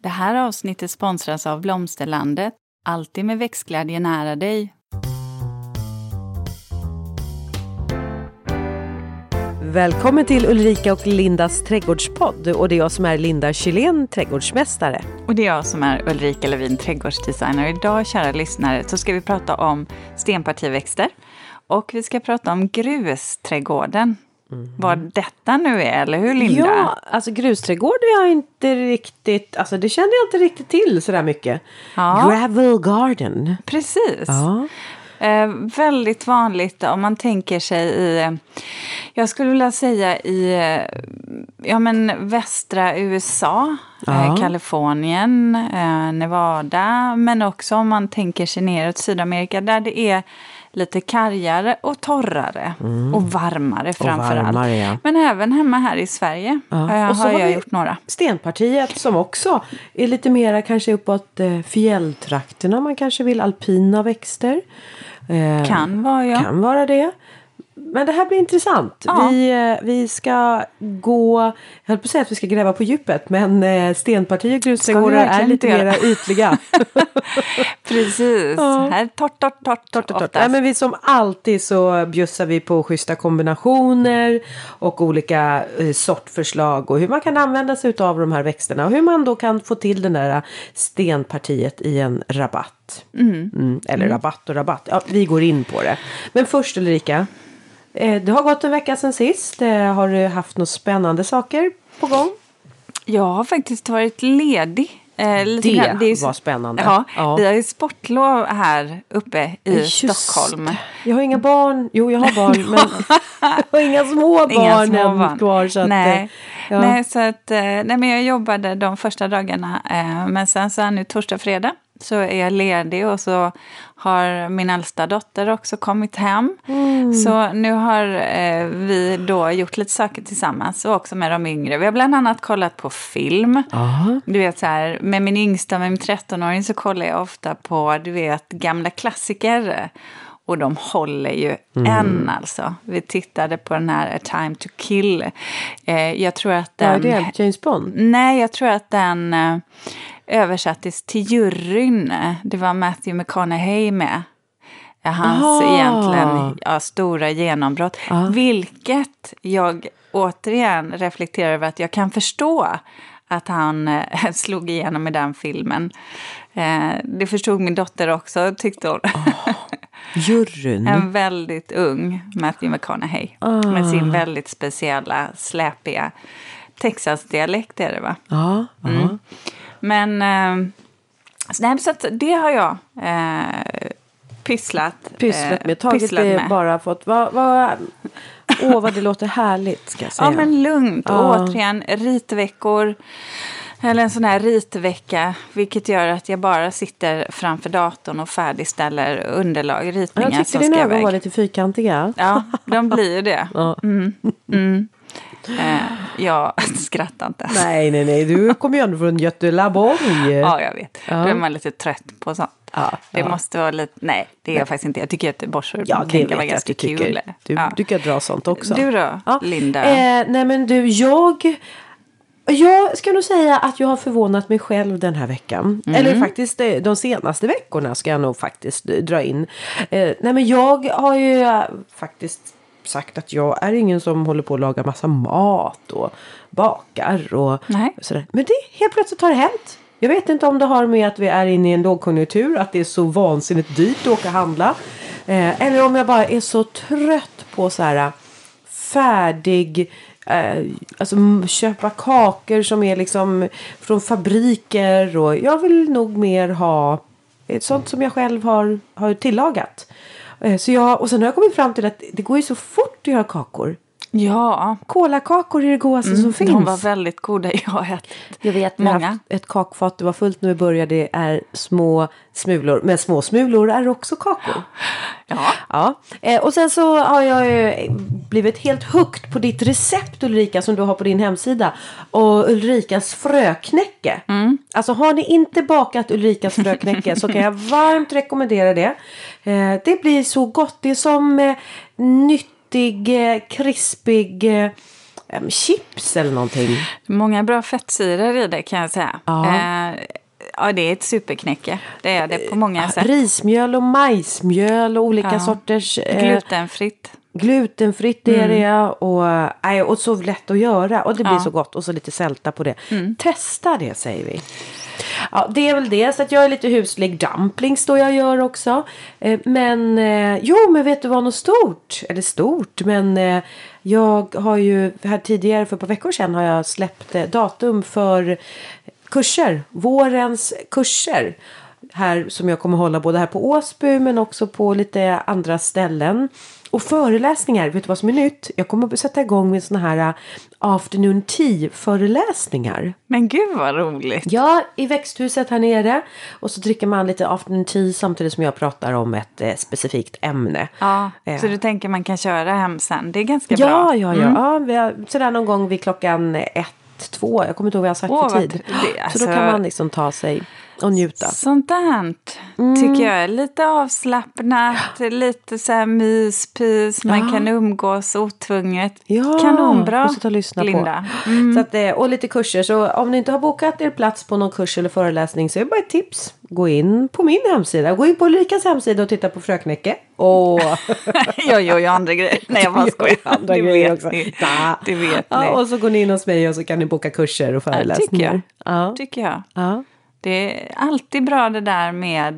Det här avsnittet sponsras av Blomsterlandet. Alltid med växtglädje nära dig. Välkommen till Ulrika och Lindas trädgårdspodd. Och det är jag som är Linda Kylén, trädgårdsmästare. Och det är jag som är Ulrika Levin, trädgårdsdesigner. Idag, kära lyssnare, så ska vi prata om stenpartiväxter. Och vi ska prata om grusträdgården. Vad detta nu är, eller hur Linda? Ja, alltså grusträdgård är jag inte riktigt, alltså det kände jag inte riktigt till sådär mycket. Ja. Gravel garden. Precis. Ja. Väldigt vanligt om man tänker sig i, jag skulle vilja säga i västra USA, Kalifornien, Nevada, men också om man tänker sig neråt Sydamerika där det är lite kargare och torrare och varmare framförallt. Ja. Men även hemma här i Sverige har jag gjort några. Stenpartiet som också är lite mera kanske uppåt fjälltrakterna. Man kanske vill alpina växter. Kan vara, ja. Kan vara det. Men det här blir intressant. Ja. Vi ska gå, jag höll på att säga att vi ska gräva på djuppet, men stenparti och grusträdgårdar är lite mer ytliga. Precis. Ja. Här torrt. Nej, men vi som alltid så bjussar vi på schyssta kombinationer och olika sortförslag och hur man kan använda sig av de här växterna och hur man då kan få till den där stenpartiet i en rabatt. Eller rabatt och rabatt. Ja, vi går in på det. Men först Ulrika, det har gått en vecka sedan sist. Har du haft några spännande saker på gång? Jag har faktiskt varit ledig. Det var spännande. Ja. Vi har ju sportlov här uppe i Stockholm. Jag har inga barn. Jo, jag har barn. Men jag har inga små barn kvar. Så men jag jobbade de första dagarna. Men sen så är nu torsdag, fredag. Så är jag ledig och så har min äldsta dotter också kommit hem. Så nu har vi då gjort lite saker tillsammans och också med de yngre. Vi har bland annat kollat på film. Du vet så här, med min yngsta, med min 13-åring så kollar jag ofta på, du vet, gamla klassiker. Och de håller ju än alltså. Vi tittade på den här A Time to Kill. Jag tror att den... det är James Bond? Nej, jag tror att den... översattes till juryn. Det var Matthew McConaughey med. Hans egentligen stora genombrott. Vilket jag återigen reflekterar över att jag kan förstå att han slog igenom i den filmen. Det förstod min dotter också, tyckte hon. Juryn. En väldigt ung Matthew McConaughey. Med sin väldigt speciella, släpiga Texas-dialekt är det, va? Men så att det har jag pysslat med. Tagit det bara fått... vad det låter härligt, ska jag säga. Ja, men lugnt. Och återigen, ritveckor. Eller en sån här ritvecka. Vilket gör att jag bara sitter framför datorn och färdigställer underlag, ritningar som ska iväg. Jag tyckte dina var lite fyrkantiga. Ja, de blir det. Jag skrattar inte. Nej. Du kommer ju ändå från Göteborg. Ja, jag vet. Då är man lite trött på sånt. Det måste vara lite... Nej, det är jag faktiskt inte. Jag tycker att Göteborgsor kan vara ganska kul. Du kan dra sånt också. Du då, Linda? Nej, men du, jag ska nog säga att jag har förvånat mig själv den här veckan. Eller faktiskt de senaste veckorna ska jag nog faktiskt dra in. Nej, men jag har ju faktiskt sagt att jag är ingen som håller på att laga massa mat och bakar och sådär. Men det helt plötsligt har det hänt. Jag vet inte om det har med att vi är inne i en lågkonjunktur, att det är så vansinnigt dyrt att åka och handla. Eller om jag bara är så trött på så här färdig, alltså köpa kakor som är liksom från fabriker, och jag vill nog mer ha sånt som jag själv har tillagat. Och sen har jag kommit fram till att det går ju så fort att göra kakor. Ja. Kolakakor är det godaste som finns. De var väldigt goda. Jag vet många. Ett kakfat, det var fullt när vi började. Det är små smulor. Men små smulor är också kakor. Ja. Och sen så har jag ju blivit helt hooked på ditt recept, Ulrika, som du har på din hemsida. Och Ulrikas fröknäcke. Alltså har ni inte bakat Ulrikas fröknäcke så kan jag varmt rekommendera det. Det blir så gott. Det är som nyttig, krispig chips eller någonting. Många bra fettsyror i det kan jag säga. Ja. Ja, det är ett superknäcke. Det är det på många sätt. Rismjöl och majsmjöl och olika sorters... Glutenfritt. Glutenfritt är det och så lätt att göra. Och det blir så gott och så lite sälta på det. Testa det, säger vi. Ja, det är väl det. Så att jag är lite huslig. Dumplings då jag gör också. Men vet du vad, något stort? Eller stort, men jag har ju här tidigare för ett par veckor sedan har jag släppt datum för kurser. Vårens kurser. Här som jag kommer hålla både här på Åsby men också på lite andra ställen. Och föreläsningar, vet du vad som är nytt? Jag kommer att sätta igång med såna här afternoon tea-föreläsningar. Men gud vad roligt. Ja, i växthuset här nere. Och så dricker man lite afternoon tea samtidigt som jag pratar om ett specifikt ämne. Ja, så du tänker man kan köra hem sen. Det är ganska bra. Ja, sådär någon gång vid klockan 1-2. Jag kommer inte ihåg vad jag har sagt för tid. Så då kan man liksom ta sig och njuta. Sånt där tycker jag är lite avslappnat, lite så här myspys, man kan umgås otvunget. Ja, kanonbra, och sitta och lyssna Linda. På. Så att, och lite kurser, så om ni inte har bokat er plats på någon kurs eller föreläsning så är det bara ett tips. Gå in på min hemsida, gå in på Ulrikas hemsida och titta på Fröknäcke. Jag gör ju andra grejer. Nej, jag bara skojar. Andra grejer också. Det vet ni. Och så går ni in hos mig och så kan ni boka kurser och föreläsningar. Tycker jag. Ja. Det är alltid bra det där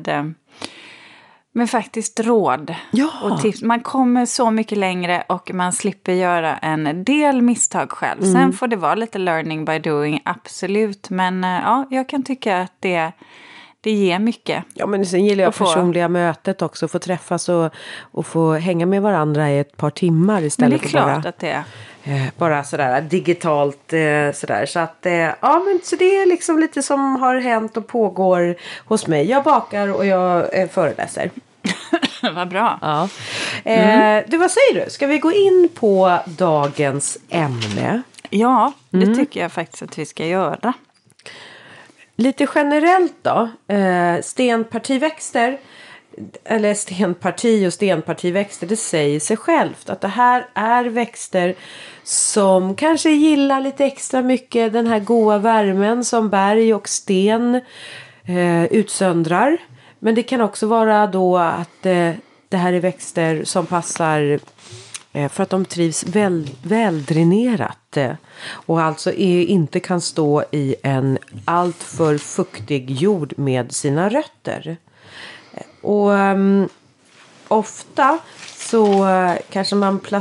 med faktiskt råd och tips. Man kommer så mycket längre och man slipper göra en del misstag själv. Sen får det vara lite learning by doing, absolut. Men jag kan tycka att det ger mycket. Ja, men sen gillar jag personliga mötet också. Få träffas och få hänga med varandra i ett par timmar istället för bara... Men det är klart att det är. Bara sådär digitalt sådär. Så att så det är liksom lite som har hänt och pågår hos mig. Jag bakar och jag föreläser. Vad bra. Ja. Du, vad säger du? Ska vi gå in på dagens ämne? Ja, det tycker jag faktiskt att vi ska göra. Lite generellt då. Stenpartiväxter. Eller stenparti och stenpartiväxter, det säger sig självt att det här är växter som kanske gillar lite extra mycket den här goda värmen som berg och sten utsöndrar. Men det kan också vara då att det här är växter som passar för att de trivs väldränerat och alltså inte kan stå i en alltför fuktig jord med sina rötter. Och ofta så kanske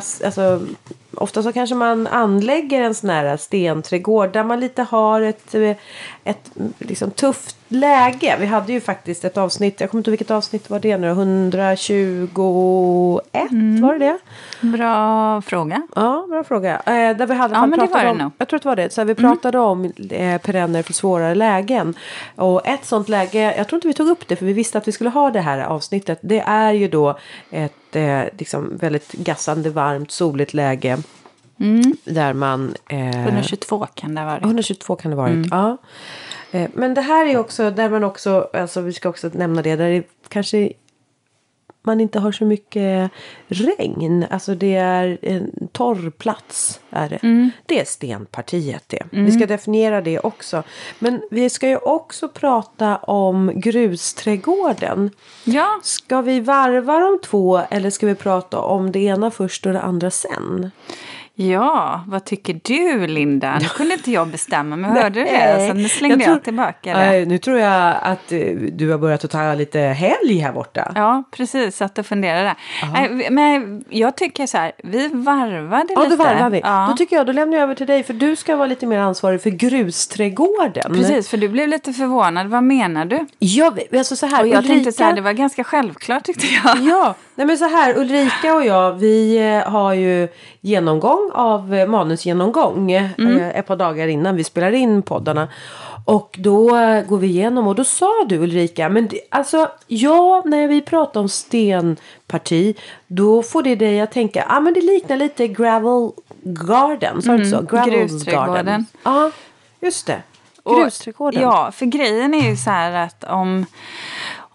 man anlägger en sån här stenträdgård där man lite har ett liksom tufft läge. Vi hade ju faktiskt ett avsnitt, jag kommer inte ihåg vilket avsnitt var det nu, 121 var det? Bra fråga. Ja, bra fråga. Där vi hade men det var det nog. Jag tror att det var det. Så vi pratade om perenner för svårare lägen. Och ett sånt läge, jag tror inte vi tog upp det för vi visste att vi skulle ha det här avsnittet. Det är ju då ett liksom väldigt gassande, varmt, soligt läge. Där man... 122 kan det ha varit. 122 kan det ha varit, ja. Men det här är också där man också, alltså vi ska också nämna det, där det kanske man inte har så mycket regn. Alltså det är en torr plats är det. Det är stenpartiet det. Vi ska definiera det också. Men vi ska ju också prata om grusträdgården. Ja. Ska vi varva de två eller ska vi prata om det ena först och det andra sen? Ja, vad tycker du, Linda? Nu kunde inte jag bestämma, men hörde du det? Så nu slängde jag tillbaka det. Nu tror jag att du har börjat att ta lite helg här borta. Ja, precis. Satt och funderade. Men jag tycker så här, vi varvade lite. Ja, då varvar vi. Ja. Då tycker jag, då lämnar jag över till dig, för du ska vara lite mer ansvarig för grusträdgården. Precis, för du blev lite förvånad. Vad menar du? Ja, alltså så här. Och jag tänkte så här, det var ganska självklart tyckte jag. Ja, nej men så här, Ulrika och jag, vi har ju genomgång av manusgenomgång ett par dagar innan vi spelar in poddarna. Och då går vi igenom och då sa du, Ulrika, men alltså när vi pratar om stenparti då får det dig att tänka, men det liknar lite gravel garden, så så? Gravel garden. Ja, just det. Grusträdgården. Ja, för grejen är ju så här att om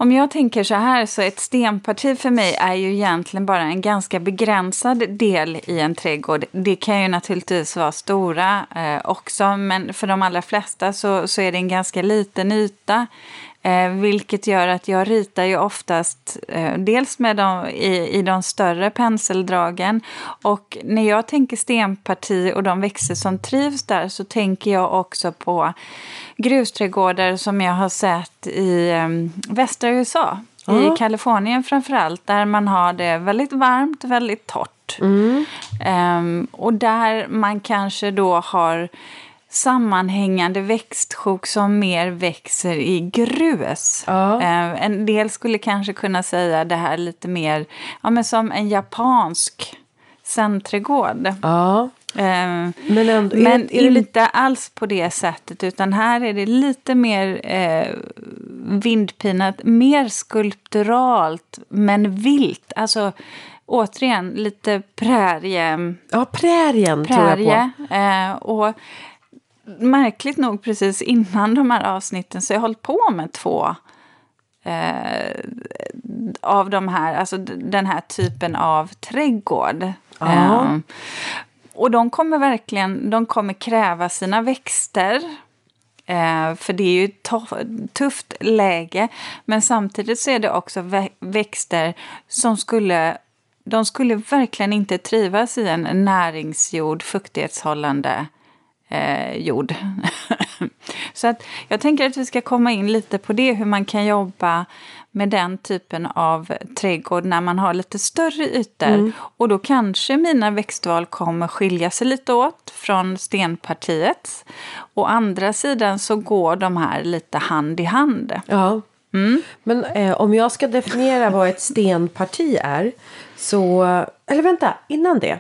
Om jag tänker så här, så ett stenparti för mig är ju egentligen bara en ganska begränsad del i en trädgård. Det kan ju naturligtvis vara stora också, men för de allra flesta så är det en ganska liten yta. Vilket gör att jag ritar ju oftast dels med i de större penseldragen. Och när jag tänker stenparti och de växter som trivs där, så tänker jag också på grusträdgårdar som jag har sett i västra USA. I Kalifornien framförallt, där man har det väldigt varmt, väldigt torrt. Och där man kanske då har sammanhängande växtsjok som mer växer i grus. En del skulle kanske kunna säga det här lite mer men som en japansk centergård. Men inte alls på det sättet, utan här är det lite mer vindpinat, mer skulpturalt men vilt. Alltså återigen lite prärie. Ja, prärien tror jag på. Och märkligt nog precis innan de här avsnitten så har jag hållit på med 2 av de här, alltså den här typen av trädgård. Och de kommer kräva sina växter. För det är ju tufft läge. Men samtidigt så är det också växter som de skulle verkligen inte trivas i en näringsjord, fuktighetshållande jord. Så att jag tänker att vi ska komma in lite på det, hur man kan jobba med den typen av trädgård när man har lite större ytor. Och då kanske mina växtval kommer skilja sig lite åt från stenpartiet. Å andra sidan så går de här lite hand i hand. Ja. Men om jag ska definiera vad ett stenparti är, så, eller vänta, innan det.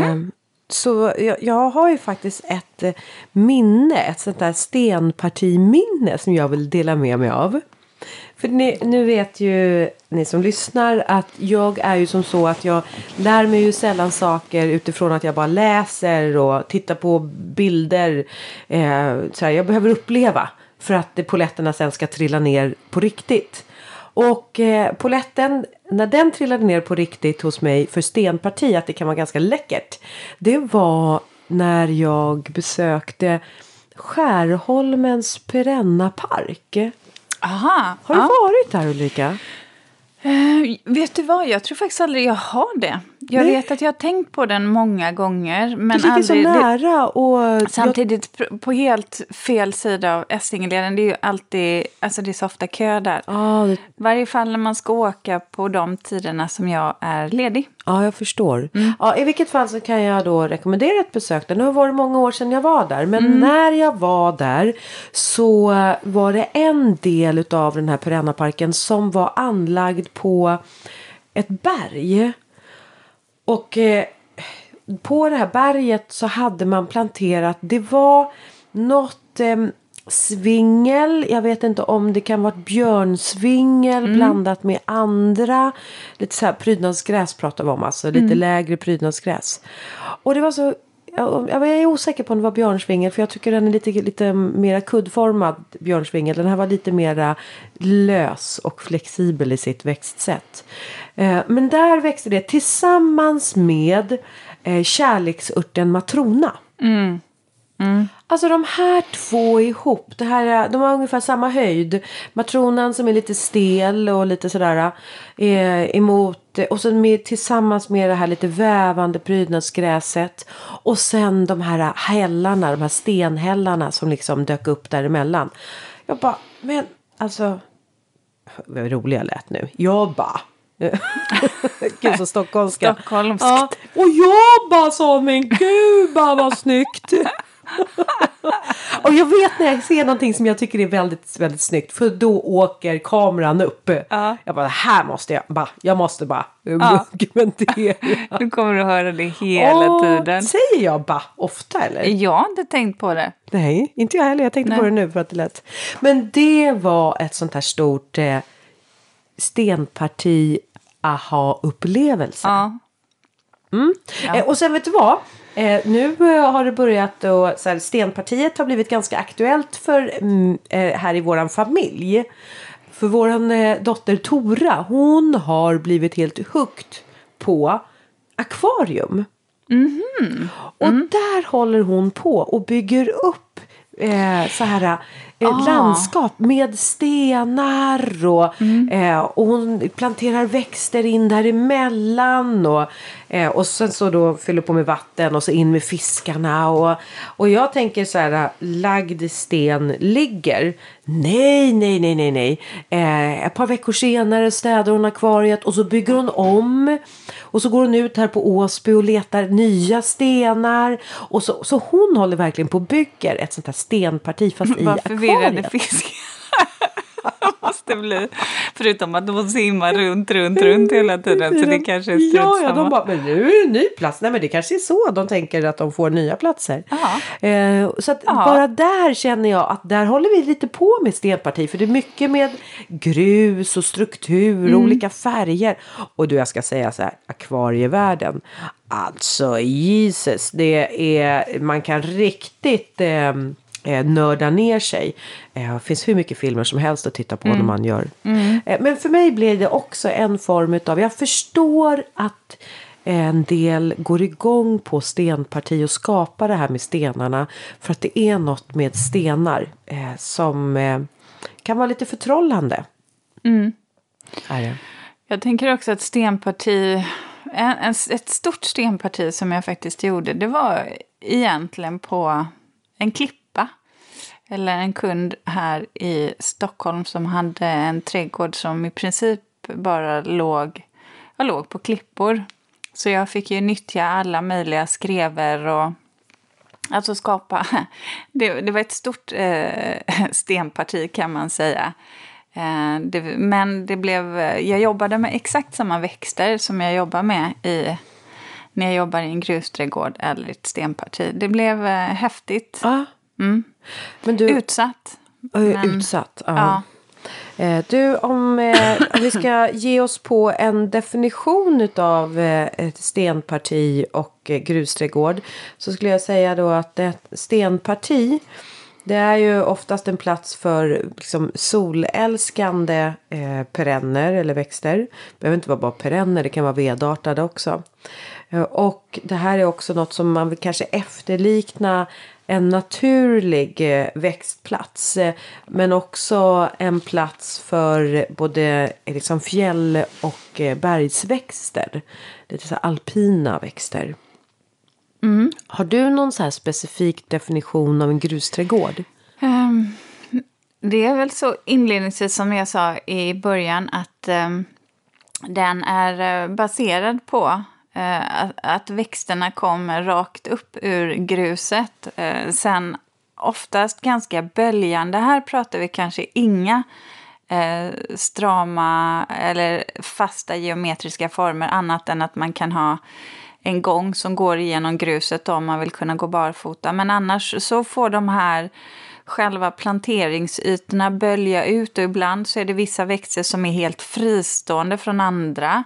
Så jag har ju faktiskt ett minne, ett sånt där stenpartiminne som jag vill dela med mig av. För nu vet ju ni som lyssnar att jag är ju som så att jag lär mig ju sällan saker utifrån att jag bara läser och tittar på bilder. Så här, jag behöver uppleva för att poletterna sen ska trilla ner på riktigt. Och poletten, när den trillade ner på riktigt hos mig för stenparti, att det kan vara ganska läckert. Det var när jag besökte Skärholmens perennapark. Aha. Har du varit där, Ulrika? Vet du vad? Jag tror faktiskt aldrig jag har det. Jag vet att jag har tänkt på den många gånger. Men det ligger så nära. Och samtidigt på helt fel sida av Essingeleden. Det är ju alltid, alltså det är så ofta kö där. I varje fall när man ska åka på de tiderna som jag är ledig. Ja, jag förstår. Ja, i vilket fall så kan jag då rekommendera ett besök där. Nu har det många år sedan jag var där. Men när jag var där så var det en del av den här perennaparken som var anlagd på ett berg. Och på det här berget så hade man planterat, det var något svingel, jag vet inte om det kan vara ett björnsvingel blandat med andra, lite så här prydnadsgräs pratar vi om, alltså lite lägre prydnadsgräs. Och det var så, jag är osäker på om det var björnsvingel, för jag tycker den är lite mer kuddformad björnsvingel. Den här var lite mer lös och flexibel i sitt växtsätt. Men där växte det tillsammans med kärleksörten matrona. Alltså de här 2 ihop, de har ungefär samma höjd. Matronan som är lite stel och lite sådär emot, och så tillsammans med det här lite vävande prydnadsgräset. Och sen de här hällarna, de här stenhällarna som liksom dök upp däremellan. Jag bara, men alltså, vad rolig jag lät nu. Jag bara... Gud så stockholmska. Stockholmskt. Ja. Och jag bara sa, men gud vad snyggt. Och jag vet när jag ser någonting som jag tycker är väldigt, väldigt snyggt, för då åker kameran upp. Jag bara, här måste jag måste bara dokumentera. Du kommer att höra det hela tiden. Säger jag bara ofta, eller? Jag har inte tänkt på det. Nej, inte jag heller. Jag tänkte på det nu för att det lät. Men det var ett sånt här stort stenparti aha-upplevelse. Och sen vet du vad? Nu har det börjat och stenpartiet har blivit ganska aktuellt för här i våran familj. För våran dotter Tora, hon har blivit helt hooked på akvarium. Och där håller hon på och bygger upp så här landskap med stenar och hon planterar växter in däremellan och sen så då fyller på med vatten och så in med fiskarna och jag tänker så här, lagd sten ligger. Nej. Ett par veckor senare städar hon akvariet och så bygger hon om och så går hon ut här på Åsby och letar nya stenar och så hon håller verkligen på och bygger ett sånt här stenparti fast i akvariet. Förvirrade fisk. Måste bli. Förutom att de simmar runt hela tiden. Så det kanske är strunt ja, de bara, men nu är det en ny plats. Nej, men det kanske är så de tänker att de får nya platser. Så att bara där känner jag att där håller vi lite på med stenparti. För det är mycket med grus och struktur och olika färger. Och jag ska säga så här, akvarievärlden. Alltså, Jesus, det är, man kan riktigt nörda ner sig. Det finns hur mycket filmer som helst att titta på när man gör. Men för mig blir det också en form av, jag förstår att en del går igång på stenparti och skapar det här med stenarna för att det är något med stenar som kan vara lite förtrollande. Är det? Jag tänker också att stenparti, ett stort stenparti som jag faktiskt gjorde, det var egentligen på en klippa. Eller en kund här i Stockholm som hade en trädgård som i princip bara låg på klippor. Så jag fick ju nyttja alla möjliga skrever och alltså skapa. Det var ett stort stenparti kan man säga. Men det blev, jag jobbade med exakt samma växter som jag jobbar med när jag jobbar i en grusträdgård eller ett stenparti. Det blev häftigt. Men du, utsatt. Utsatt, ja. Du, om vi ska ge oss på en definition av ett stenparti och grusträdgård så skulle jag säga då att ett stenparti, det är ju oftast en plats för liksom solälskande perenner eller växter. Det behöver inte vara bara perenner, det kan vara vedartade också. Och det här är också något som man vill kanske efterlikna en naturlig växtplats. Men också en plats för både liksom fjäll- och bergsväxter. Lite så här alpina växter. Har du någon så här specifik definition av en grusträdgård? Det är väl så inledningsvis som jag sa i början att den är baserad på att växterna kommer rakt upp ur gruset. Sen oftast ganska böljande. Här pratar vi kanske inga strama eller fasta geometriska former annat än att man kan ha en gång som går igenom gruset om man vill kunna gå barfota. Men annars så får de här själva planteringsytorna bölja ut och ibland så är det vissa växter som är helt fristående från andra.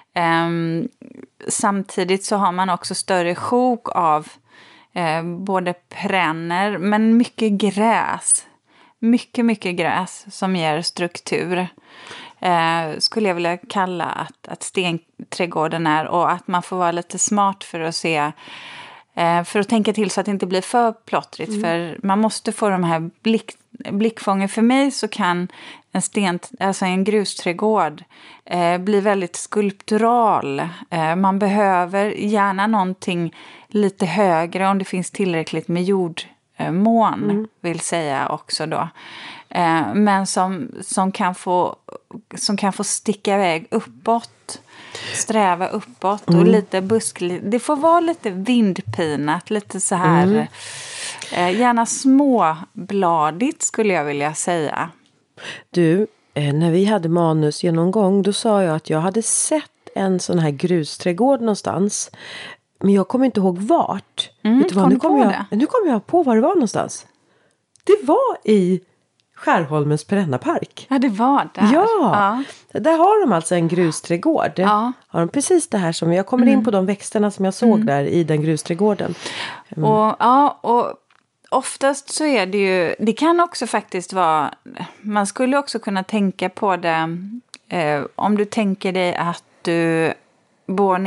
Samtidigt så har man också större sjok av både perenner men mycket gräs. Mycket gräs som ger struktur. Skulle jag vilja kalla att stenträdgården är och att man får vara lite smart för att se för att tänka till så att det inte blir för plottrigt för man måste få de här blickfången. För mig så kan en grusträdgård bli väldigt skulptural. Man behöver gärna någonting lite högre om det finns tillräckligt med jordmån vill säga också då. Men som kan få sticka iväg uppåt, sträva uppåt och lite buskligt. Det får vara lite vindpinat, lite så här gärna småbladigt skulle jag vilja säga. Du, när vi hade manusgenomgång då sa jag att jag hade sett en sån här grusträdgård någonstans. Men jag kommer inte ihåg vart. Vet du vad, nu kommer jag på var det var någonstans. Det var i Skärholmens perennapark. Ja, det var där. Ja. Där har de alltså en grusträdgård. Ja. Har de precis det här som jag kommer in på de växterna som jag såg där i den grusträdgården. oftast så är det ju, det kan också faktiskt vara, man skulle också kunna tänka på det, om du tänker dig att du bor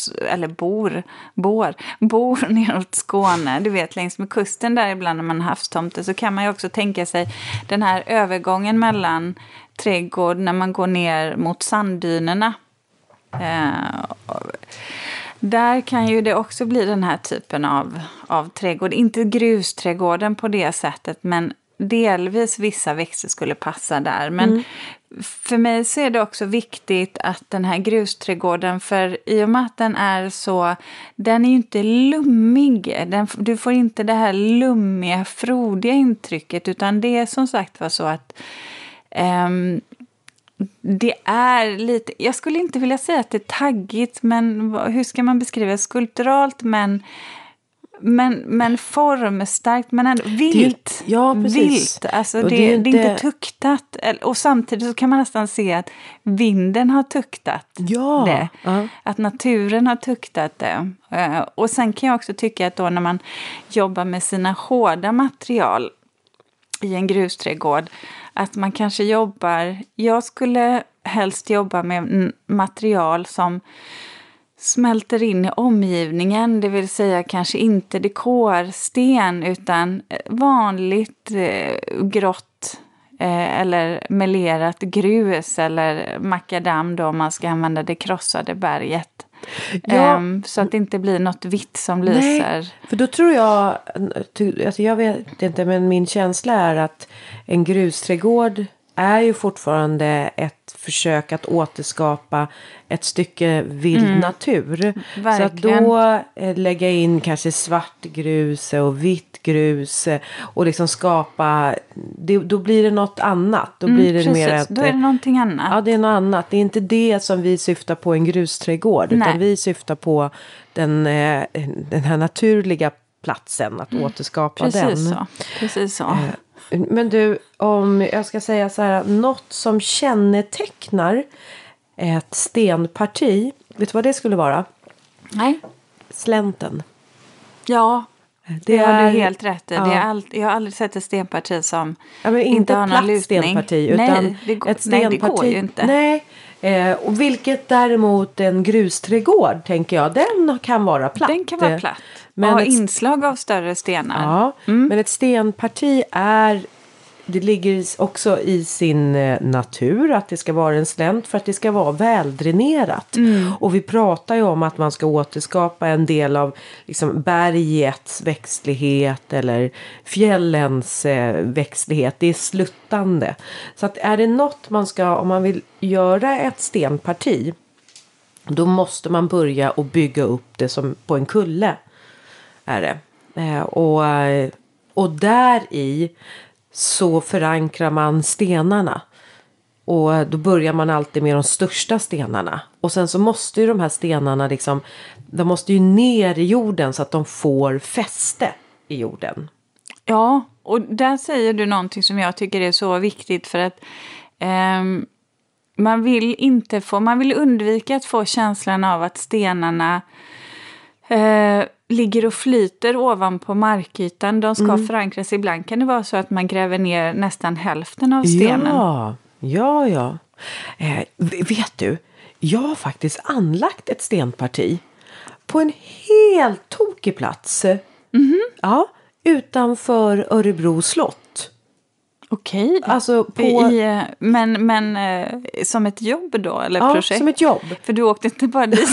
neråt Skåne, du vet längs med kusten där ibland när man har havstomter, så kan man ju också tänka sig den här övergången mellan trädgård när man går ner mot sanddynerna. Där kan ju det också bli den här typen av trädgård. Inte grusträdgården på det sättet, men delvis vissa växter skulle passa där. Men för mig så är det också viktigt att den här grusträdgården, för i och med att den är så, den är ju inte lummig. Du får inte det här lummiga, frodiga intrycket, utan det är som sagt var så att det är lite, jag skulle inte vilja säga att det är taggigt, men hur ska man beskriva det? Skulpturalt, men formstarkt, men ändå vilt. Ja, precis. Vilt. Alltså det är inte tuktat. Och samtidigt så kan man nästan se att vinden har tuktat det. Att naturen har tuktat det. Och sen kan jag också tycka att då när man jobbar med sina hårda material i en grusträdgård, att man kanske jag skulle helst jobba med material som smälter in i omgivningen, det vill säga kanske inte dekorsten utan vanligt grått eller melerat grus eller makadam då, om man ska använda det krossade berget. Så att det inte blir något vitt som lyser. Nej, för då tror jag, alltså jag vet inte, men min känsla är att en grusträdgård är ju fortfarande ett försök att återskapa ett stycke vild natur. Verkligen. Så att då lägga in kanske svart grus och vitt grus och liksom skapa, då blir det något annat. Då blir det mer då är det någonting annat. Ja, det är något annat. Det är inte det som vi syftar på en grusträdgård. Nej. Utan vi syftar på den här naturliga platsen, att återskapa den. Precis så. Men du, om jag ska säga så här, något som kännetecknar ett stenparti, vet du vad det skulle vara? Nej. Slänten. Ja, det har du helt rätt i. Ja. Jag har aldrig sett ett stenparti som men inte har någon lutning. Stenparti, utan ett stenparti. Nej, det går ju inte. Nej, och vilket däremot en grusträdgård, tänker jag, den kan vara platt. Den kan vara platt. Men ha inslag av större stenar. Ja, men ett stenparti det ligger också i sin natur att det ska vara en slänt för att det ska vara väldränerat. Och vi pratar ju om att man ska återskapa en del av liksom bergets växtlighet eller fjällens växtlighet. Det är sluttande. Så att är det något man ska, om man vill göra ett stenparti, då måste man börja och bygga upp det som på en kulle. Är det. Och där i så förankrar man stenarna. Och då börjar man alltid med de största stenarna. Och sen så måste ju de här stenarna liksom, de måste ju ner i jorden så att de får fäste i jorden. Ja, och där säger du någonting som jag tycker är så viktigt, för att man vill undvika att få känslan av att stenarna ligger och flyter ovanpå markytan. De ska förankras. Ibland kan det vara så att man gräver ner nästan hälften av stenen. Ja. Vet du, jag har faktiskt anlagt ett stenparti på en helt tokig plats. Ja, utanför Örebro slott. Okej. Alltså men som ett jobb då? Eller projekt? Ja, som ett jobb. För du åkte inte bara dit.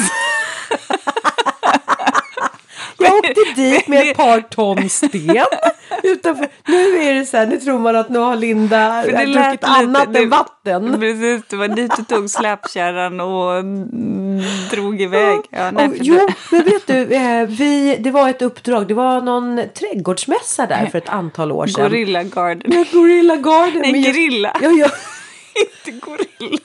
Jag åkte dit med ett par ton sten utanför. Nu är det så här, nu tror man att nu har Linda druckit annat än vatten. Precis, det var dit du tog släpkärran och drog iväg. Ja, men vet du, det var ett uppdrag. Det var någon trädgårdsmässa där för ett antal år sedan. Gorilla Garden. Ja, Gorilla Garden. Nej, grilla. Ja. Inte gorilla.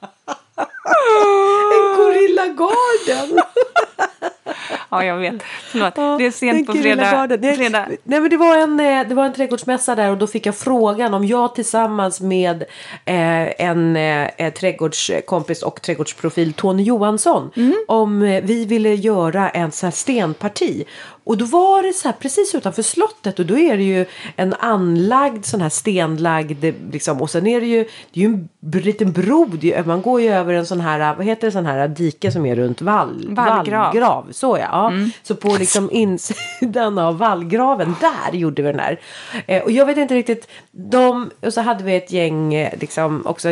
En Gorilla Garden. Ja, jag vet. Förlåt. Det är sent på fredag. Nej, men det var en trädgårdsmässa där och då fick jag frågan om jag tillsammans med en trädgårdskompis och trädgårdsprofil Tony Johansson om vi ville göra en sån här stenparti Och då var det så här precis utanför slottet. Och då är det ju en anlagd sån här stenlagd liksom. Och sen är det är ju en liten bro. Man går ju över en sån här, vad heter det, sån här dike som är runt vallgrav. Så ja. Så på liksom insidan av vallgraven, där gjorde vi den här. Och jag vet inte riktigt, och så hade vi ett gäng liksom också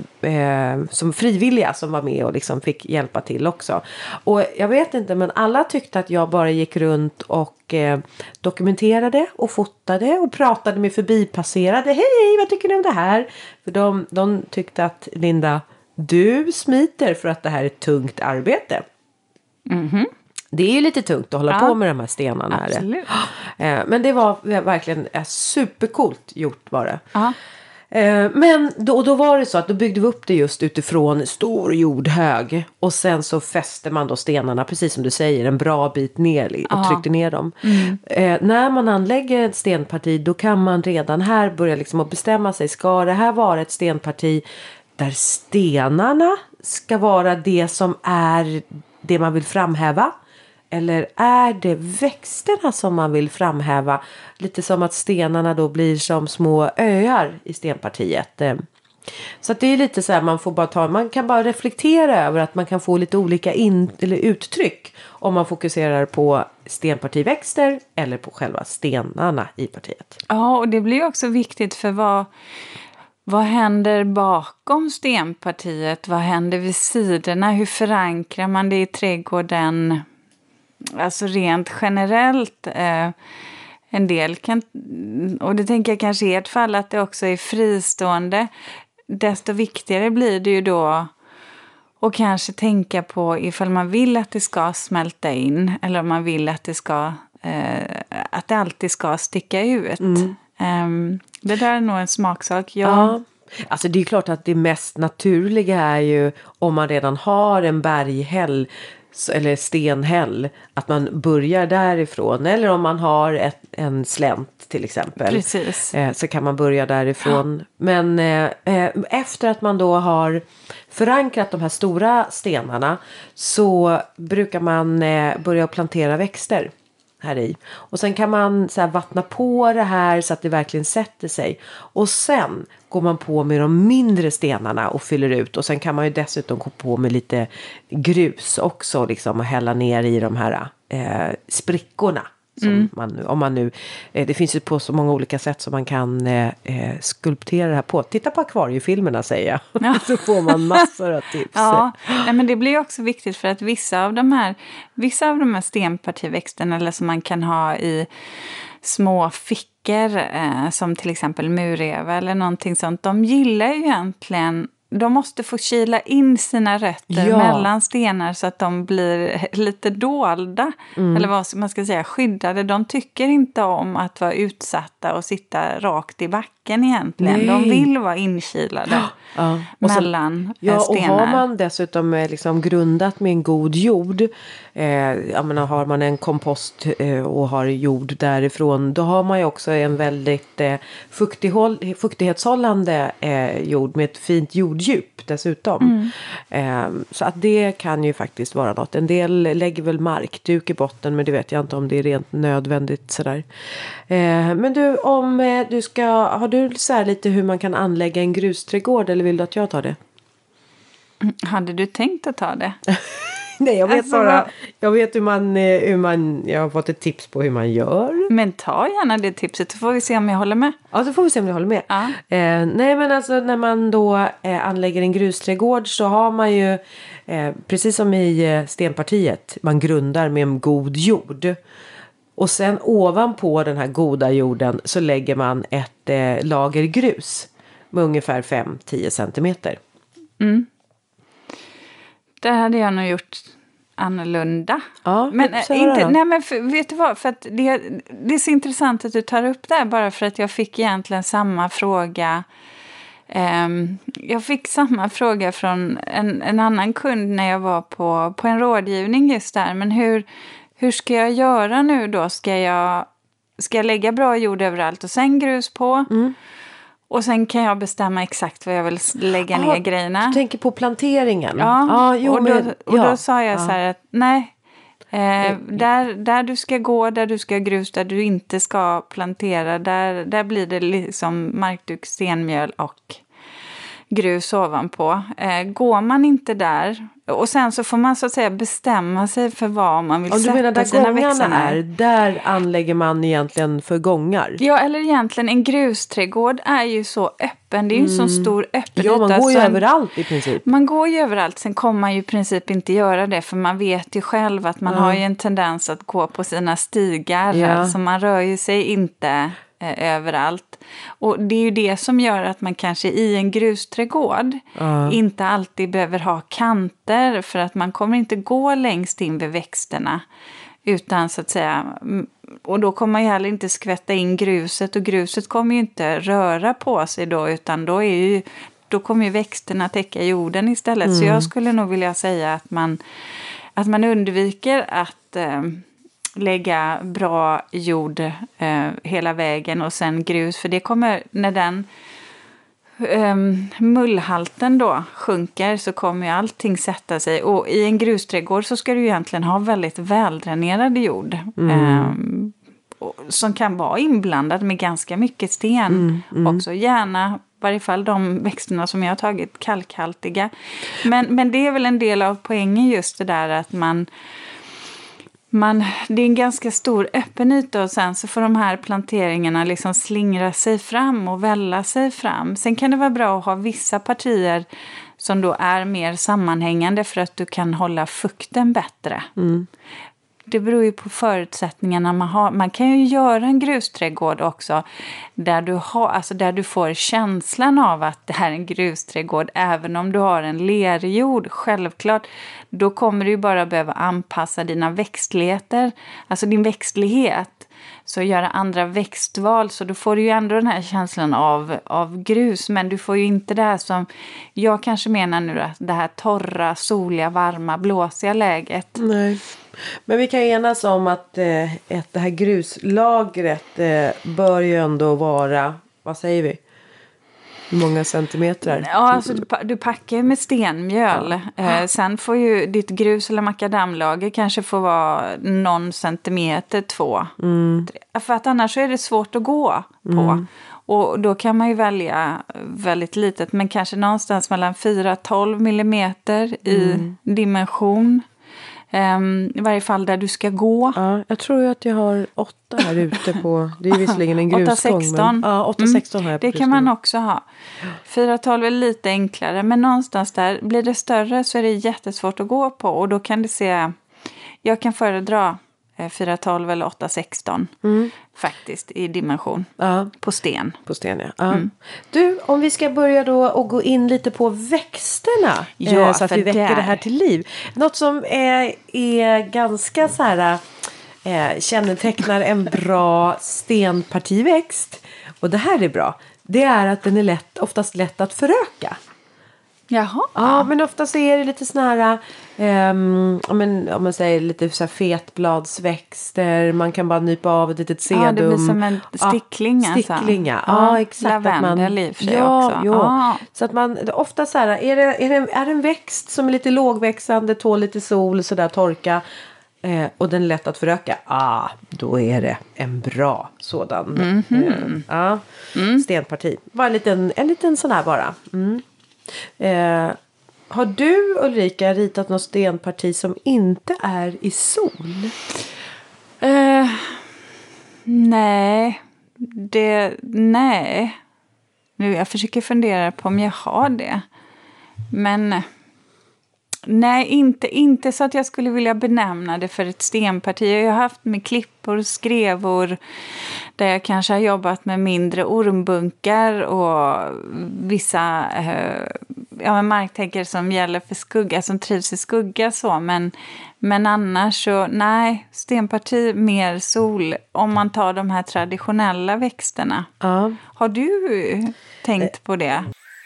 som frivilliga som var med och liksom fick hjälpa till också. Och jag vet inte, men alla tyckte att jag bara gick runt och dokumenterade och fotade och pratade med förbipasserade. Hej, vad tycker ni om det här? För de tyckte att Linda, du smiter för att det här är ett tungt arbete. Det är ju lite tungt att hålla på med de här stenarna. Absolut. Men det var verkligen supercoolt gjort var det. Men då var det så att då byggde vi upp det just utifrån stor jordhög. Och sen så fäste man då stenarna, precis som du säger, en bra bit ner och tryckte ner dem. När man anlägger ett stenparti, då kan man redan här börja liksom att bestämma sig. Ska det här vara ett stenparti där stenarna ska vara det som är det man vill framhäva? Eller är det växterna som man vill framhäva? Lite som att stenarna då blir som små öar i stenpartiet. Så att det är lite så här, man kan bara reflektera över att man kan få lite olika uttryck. Om man fokuserar på stenpartiväxter eller på själva stenarna i partiet. Ja, och det blir också viktigt för vad händer bakom stenpartiet? Vad händer vid sidorna? Hur förankrar man det i trädgården? Alltså rent generellt, en del kan, och det tänker jag kanske i ert fall att det också är fristående, desto viktigare blir det ju då att kanske tänka på ifall man vill att det ska smälta in eller om man vill att det ska, att det alltid ska sticka ut. Det där är nog en smaksak. Ja. Alltså det är klart att det mest naturliga är ju om man redan har en berghäll eller stenhäll, att man börjar därifrån, eller om man har en slänt till exempel. Precis. Så kan man börja därifrån. Men efter att man då har förankrat de här stora stenarna så brukar man börja plantera växter här i. Och sen kan man så här vattna på det här så att det verkligen sätter sig. Och sen går man på med de mindre stenarna och fyller ut. Och sen kan man ju dessutom gå på med lite grus också liksom, och hälla ner i de här sprickorna. Som om man nu, det finns ju på så många olika sätt som man kan skulptera det här på. Titta på akvariefilmerna säger jag. Ja. Så får man massor av tips. Ja, men det blir också viktigt för att vissa av de här stenpartiväxterna eller som man kan ha i små fickor som till exempel mureva eller någonting sånt. De gillar ju egentligen, de måste få kila in sina rötter mellan stenar så att de blir lite dolda. Eller vad man ska säga, skyddade. De tycker inte om att vara utsatta och sitta rakt i backen egentligen. Nej. De vill vara inkilade mellan stenar. Och har man dessutom liksom grundat med en god jord. Jag menar, har man en kompost och har jord därifrån. Då har man ju också en väldigt fuktighetshållande jord med ett fint jorddjup dessutom. Så att det kan ju faktiskt vara något. En del lägger väl markduk i botten, men det vet jag inte om det är rent nödvändigt sådär. Men du, om du har du så här lite hur man kan anlägga en grusträdgård, eller vill du att jag tar det? Hade du tänkt att ta det? Nej, jag vet jag vet hur man, jag har fått ett tips på hur man gör. Men ta gärna det tipset så får vi se om jag håller med. Ja, så får vi se om jag håller med. Ja. Nej, men alltså när man då anlägger en grusträdgård så har man ju, precis som i stenpartiet, man grundar med en god jord. Och sen ovanpå den här goda jorden så lägger man ett lager grus med ungefär 5-10 centimeter. Det hade jag nog gjort annorlunda. Ja, men vet du vad? För att det är så intressant att du tar upp det här, bara för att jag fick egentligen samma fråga. Jag fick samma fråga från en annan kund när jag var på en rådgivning just där. Men hur ska jag göra nu då? Ska jag lägga bra jord överallt och sen grus på? Och sen kan jag bestämma exakt vad jag vill lägga ner grejerna. Du tänker på planteringen? Ja, och då sa jag så här att nej, Där du ska gå, där du ska ha grus, där du inte ska plantera, där blir det liksom markduk, stenmjöl och grus ovanpå. Går man inte där, och sen så får man så att säga bestämma sig för vad man vill sätta sina växter. Där anlägger man egentligen för gångar. Ja, eller egentligen en grusträdgård är ju så öppen. Det är ju en så stor öppen Ja, man yta, går ju överallt i princip. Man går ju överallt. Sen kommer man ju i princip inte göra det. För man vet ju själv att man har ju en tendens att gå på sina stigar. Ja. Så man rör ju sig inte överallt. Och det är ju det som gör att man kanske i en grusträdgård inte alltid behöver ha kanter. För att man kommer inte gå längst in vid växterna. Utan så att säga, och då kommer man ju heller inte skvätta in gruset. Och gruset kommer ju inte röra på sig då, utan då kommer ju växterna täcka jorden istället. Så jag skulle nog vilja säga att man undviker att lägga bra jord hela vägen och sen grus. För det kommer, när den mullhalten då sjunker, så kommer ju allting sätta sig. Och i en grusträdgård så ska du egentligen ha väldigt väldränerad jord. Som kan vara inblandad med ganska mycket sten. Också gärna, i varje fall de växterna som jag har tagit, kalkhaltiga. Men det är väl en del av poängen just det där att det är en ganska stor öppen yta, och sen så får de här planteringarna liksom slingra sig fram och välla sig fram. Sen kan det vara bra att ha vissa partier som då är mer sammanhängande för att du kan hålla fukten bättre. Det beror ju på förutsättningarna man har. Man kan ju göra en grusträdgård också där du får känslan av att det här är en grusträdgård, även om du har en lerjord. Självklart, då kommer du ju bara behöva anpassa dina växtligheter, alltså din växtlighet. Så göra andra växtval, så då får du ju ändå den här känslan av grus. Men du får ju inte det här som jag kanske menar nu, att det här torra, soliga, varma, blåsiga läget. Nej. Men vi kan enas om att det här gruslagret bör ju ändå vara, vad säger vi? Hur många centimeter? Ja, alltså du packar med stenmjöl. Sen får ju ditt grus eller makadamlager kanske få vara någon centimeter, 2. 3. För att annars är det svårt att gå på. Och då kan man ju välja väldigt litet, men kanske någonstans mellan 4-12 millimeter i dimension. I varje fall där du ska gå. Ja, jag tror ju att jag har 8 här ute på. Det är visserligen en grusgång. 8-16. Ja, 8-16 har jag på det kan man också ha. 4-12 är lite enklare. Men någonstans där, blir det större så är det jättesvårt att gå på. Och då kan det se, jag kan föredra 4-12 eller 8-16 faktiskt i dimension. På sten. På sten, ja. Du, om vi ska börja då och gå in lite på växterna. Så att vi väcker det här till liv. Något som är ganska så här kännetecknar en bra stenpartiväxt. Och det här är bra. Det är att den är oftast lätt att föröka. Jaha. Ja, men oftast är det lite såna här, om man säger lite så här fetbladsväxter. Man kan bara nypa av ett litet sedum. Ja, det blir som en stickling. Sticklinga, ja exakt. Lavendel i och för sig också. Ja. Så att man, ofta så här, är det en växt som är lite lågväxande, tål lite sol, sådär torka. Och den är lätt att föröka. Då är det en bra sådan stenparti. Bara en liten sån här bara. Har du, Ulrika, ritat något stenparti som inte är i sol? Nej. Nej. Nu, jag försöker fundera på om jag har det. Men nej, inte så att jag skulle vilja benämna det för ett stenparti. Jag har haft med klippor, skrevor, där jag kanske har jobbat med mindre ormbunkar och vissa marktäcker som gäller för skugga, som trivs i skugga så. Men annars så, nej, stenparti mer sol om man tar de här traditionella växterna. Ja. Har du tänkt på det?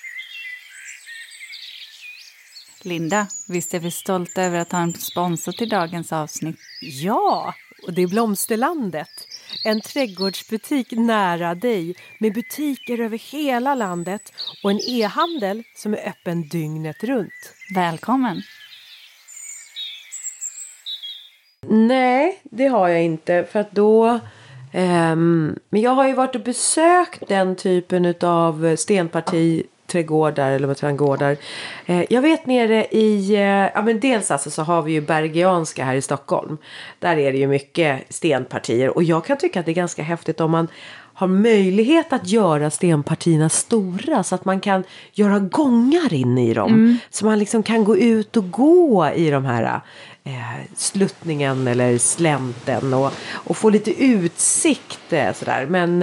Linda, visst är vi stolta över att ha en sponsor till dagens avsnitt? Ja, och det är Blomsterlandet. En trädgårdsbutik nära dig med butiker över hela landet och en e-handel som är öppen dygnet runt. Välkommen! Nej, det har jag inte. För att då... men jag har ju varit och besökt den typen av stenpartiträdgårdar eller vad trädgårdar. Jag vet nere i... men dels alltså så har vi ju Bergianska här i Stockholm. Där är det ju mycket stenpartier. Och jag kan tycka att det är ganska häftigt om man har möjlighet att göra stenpartierna stora. Så att man kan göra gångar in i dem. Så man liksom kan gå ut och gå i de här... sluttningen eller slänten och få lite utsikt sådär. Men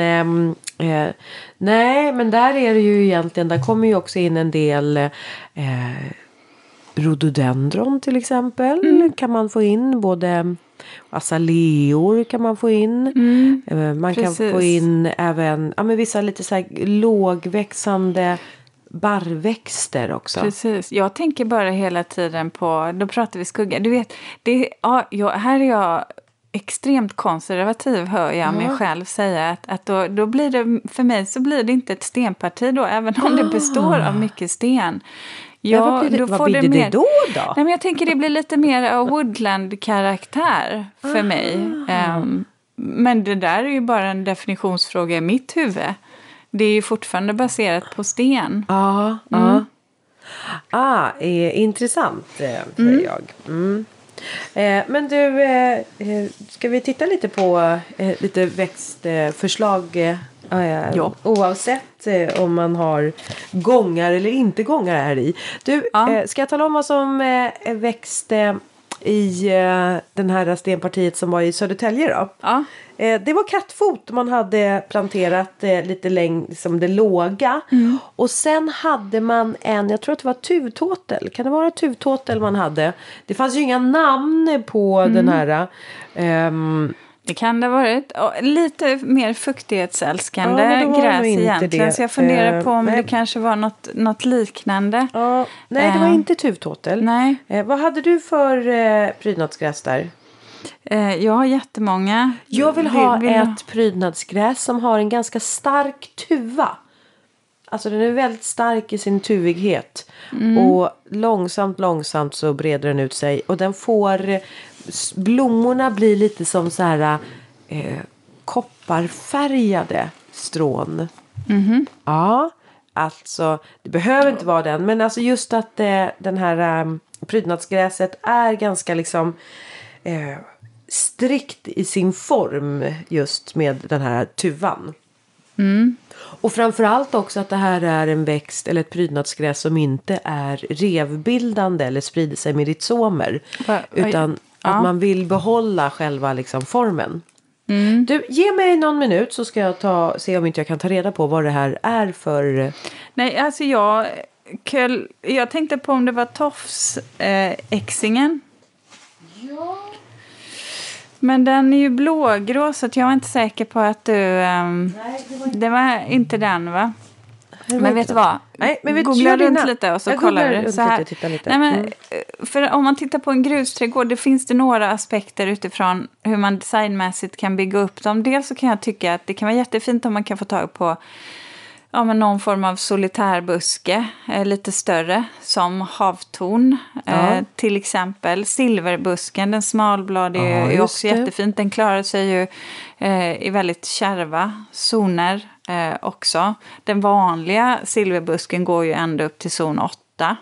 nej, men där är det ju egentligen, där kommer ju också in en del rhododendron till exempel. Kan man få in både azaleor kan man få in. Man kan få in även men vissa lite så här lågväxande barrväxter också. Precis. Jag tänker bara hela tiden på, då pratar vi skugga. Du vet, här är jag extremt konservativ, hör jag mig själv säga. Att då blir det, för mig så blir det inte ett stenparti då, även om det består av mycket sten. Vad blir det då? Nej, men jag tänker det blir lite mer av woodland-karaktär för mig. Men det där är ju bara en definitionsfråga i mitt huvud. Det är ju fortfarande baserat på sten. Intressant, säger jag. Men du, ska vi titta lite på lite växtförslag? Ja. Oavsett om man har gångar eller inte gångar här i. Du, ska jag tala om vad som växte i den här stenpartiet som var i Södertälje då? Ja. Det var kattfot man hade planterat lite längre som det låga. Och sen hade man jag tror att det var tuvtåtel. Kan det vara tuvtåtel man hade? Det fanns ju inga namn på den här... det kan det ha varit. Lite mer fuktighetsälskande gräs egentligen. Det. Så jag funderar på om det kanske var något liknande. Nej, det var inte tuvtåtel. Nej. Vad hade du för prydnadsgräs där? Jag har jättemånga. Jag vill ha ett prydnadsgräs som har en ganska stark tuva. Alltså den är väldigt stark i sin tuvighet. Och långsamt så breder den ut sig. Och den får... blommorna blir lite som så här kopparfärgade strån. Ja, alltså det behöver inte vara den. Men alltså just att den här prydnadsgräset är ganska liksom... strikt i sin form just med den här tuvan. Och framförallt också att det här är en växt eller ett prydnadsgräs som inte är revbildande eller sprider sig med rhizomer. Utan att man vill behålla själva liksom formen. Du, ge mig någon minut så ska jag se om inte jag kan ta reda på vad det här är för... Nej, alltså jag tänkte på om det var tofsexingen. Ja. Men den är ju blågrå så att jag var inte säker på att du... Nej, det var inte den, va? Men vet du vad? Nej, men googla runt lite och så kollar du. Så här. Lite. Nej, men, för om man tittar på en grusträdgård, det finns det några aspekter utifrån hur man designmässigt kan bygga upp dem. Dels så kan jag tycka att det kan vara jättefint om man kan få tag på men någon form av solitärbuske, lite större, som havtorn. Till exempel silverbusken, den smalbladig är också jättefint. Den klarar sig ju i väldigt kärva zoner också. Den vanliga silverbusken går ju ända upp till zon 8.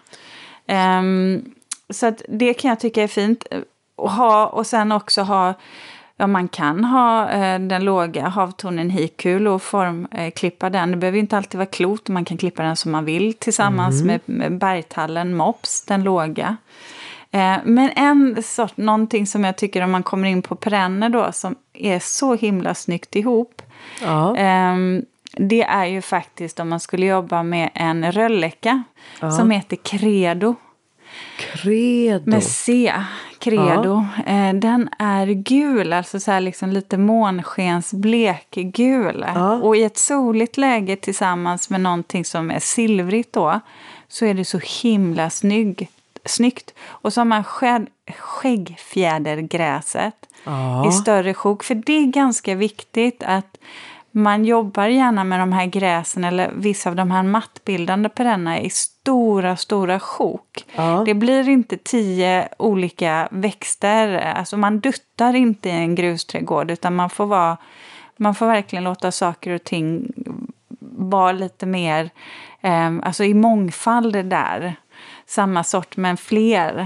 Så att det kan jag tycka är fint att ha. Och sen också ha... Ja, man kan ha den låga havtornen hikul och formklippa den. Det behöver inte alltid vara klot. Man kan klippa den som man vill tillsammans med bergtallen mops, den låga. Men någonting som jag tycker om man kommer in på perenner då, som är så himla snyggt ihop. Det är ju faktiskt om man skulle jobba med en röllecka som heter Credo. Med C. Credo. Den är gul, alltså så här liksom lite månskensblekgul. Och i ett soligt läge tillsammans med någonting som är silvrigt då, så är det så himla snyggt. Och så har man skäggfjädergräset i större sjok. För det är ganska viktigt att man jobbar gärna med de här gräsen eller vissa av de här mattbildande perennerna i stora sjok. Ja. Det blir inte 10 olika växter. Alltså man duttar inte i en grusträdgård utan man får verkligen låta saker och ting vara lite mer alltså i mångfald där. Samma sort men fler.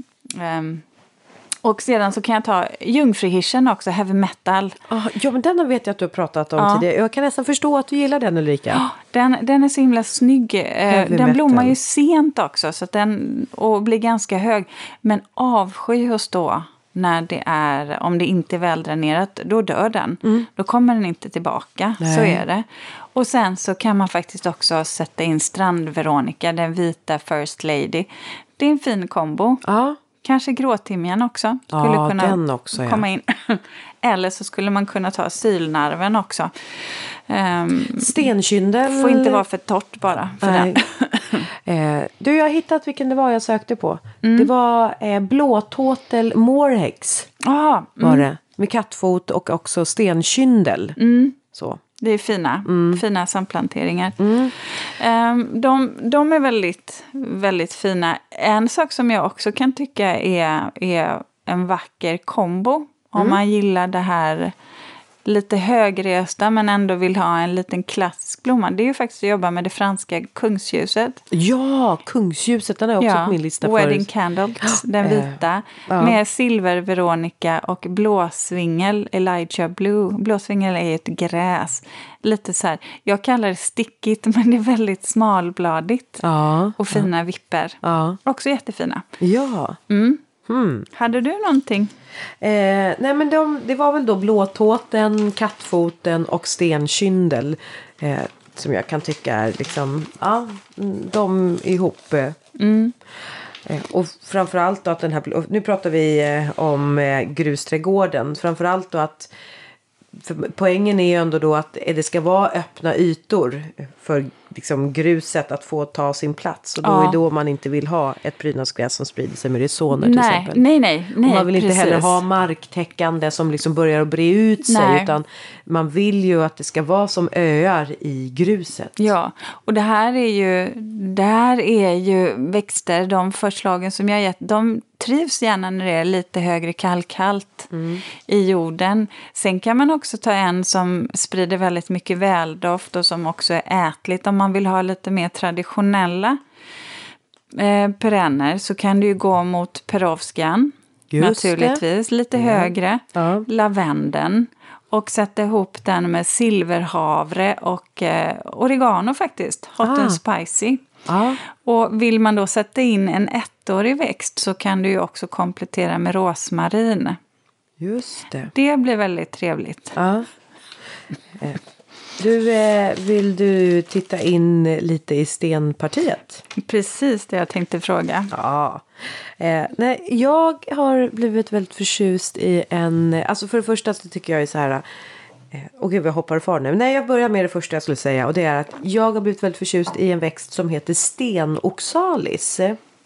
Och sedan så kan jag ta jungfruhirschen också, heavy metal. Ja, men den vet jag att du har pratat om tidigare. Jag kan nästan förstå att du gillar den, Ulrika. Den är så himla snygg. Den metal. blommar ju sent också så att och blir ganska hög. Men avsky hos då när det är, om det inte är väldränerat, då dör den. Då kommer den inte tillbaka, så är det. Och sen så kan man faktiskt också sätta in strandveronica, den vita First Lady. Det är en fin kombo. Ja. Kanske gråtimjan också. Skulle kunna den också, komma in. Eller så skulle man kunna ta sylnarven också. Stenkyndel. Får inte vara för torrt bara för den. Jag har hittat vilken det var jag sökte på. Det var blåtåtel Morehex. Var det. Med kattfot och också stenkyndel. Så. Det är fina samplanteringar. De är väldigt, väldigt fina. En sak som jag också kan tycka är en vacker kombo. Om man gillar det här lite högresta men ändå vill ha en liten klassisk blomma. Det är ju faktiskt att jobba med det franska kungsljuset. Ja, kungsljuset. Den är också på min lista. Wedding Candles, den vita. Med silver Veronica och blåsvingel Elijah Blue. Blåsvingel är ett gräs. Lite så här, jag kallar det stickigt men det är väldigt smalbladigt. Och fina vipper. Också jättefina. Ja. Hade du någonting? Nej men det var väl då blåtåten, kattfoten och stenkyndel som jag kan tycka är liksom, de ihop. Och framförallt då att den här, nu pratar vi om grusträdgården, framförallt då att för poängen är ju ändå då att det ska vara öppna ytor för liksom gruset att få ta sin plats. Och då är då man inte vill ha ett prydnadsgräs som sprider sig med rizoner till exempel. Nej. Och man vill inte heller ha marktäckande som liksom börjar att bre ut sig. Utan man vill ju att det ska vara som öar i gruset. Ja, och det här är ju växter, de förslagen som jag har gett, de trivs gärna när det är lite högre kalkhalt i jorden. Sen kan man också ta en som sprider väldigt mycket väldoft och som också är ätligt. Om man vill ha lite mer traditionella perenner så kan du ju gå mot perovskan. Naturligtvis, lite högre. Lavendeln. Och sätta ihop den med silverhavre och oregano faktiskt. Hot and spicy. Och vill man då sätta in en 1-årig växt så kan du ju också komplettera med rosmarin. Just det. Det blir väldigt trevligt. Vill du titta in lite i stenpartiet? Precis det jag tänkte fråga. Nej, jag har blivit väldigt förtjust i alltså för det första så tycker jag är så här. Och gud, jag hoppar far nu. Nej, jag börjar med det första jag skulle säga. Och det är att jag har blivit väldigt förtjust i en växt som heter stenoxalis.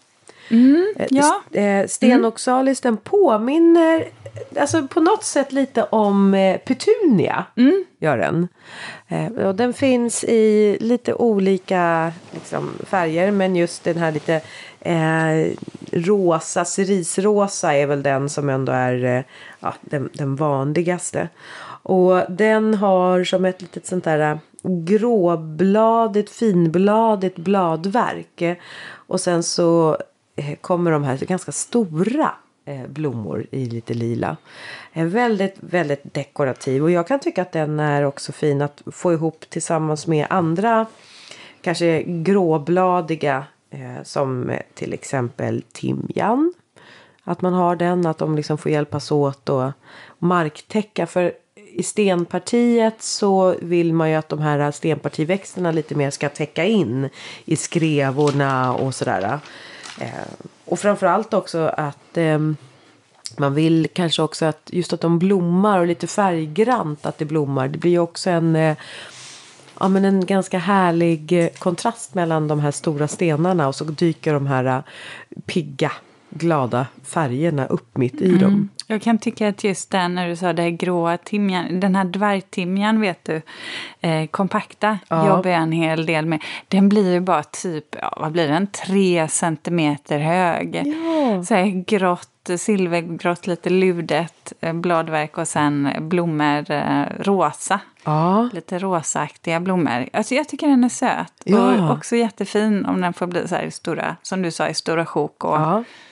Stenoxalis, den påminner alltså på något sätt lite om petunia. Gör den. Och den finns i lite olika liksom, färger. Men just den här lite rosa, cerisrosa är väl den som ändå är den vanligaste. Och den har som ett litet sånt där gråbladigt, finbladigt bladverk. Och sen så kommer de här ganska stora blommor i lite lila. Väldigt, väldigt dekorativ. Och jag kan tycka att den är också fin att få ihop tillsammans med andra kanske gråbladiga som till exempel timjan. Att man har den, att de liksom får hjälpas åt och marktäcka. För i stenpartiet så vill man ju att de här stenpartiväxterna lite mer ska täcka in i skrevorna och sådär. Och framförallt också att man vill kanske också att just att de blommar och lite färggrant att det blommar. Det blir ju också en ganska härlig kontrast mellan de här stora stenarna och så dyker de här pigga glada färgerna upp mitt i dem. Jag kan tycka att just den, när du sa det här gråa timjan, den här dvärgtimjan vet du, kompakta jobbar jag en hel del med. Den blir ju bara typ, vad blir den? 3 centimeter hög. Ja. Så här grått, silvergrått, lite ludet bladverk och sen blommor rosa. Ja. Lite rosaaktiga blommor. Alltså jag tycker den är söt. Ja. Och också jättefin om den får bli så här i stora, som du sa, i stora sjok. Och,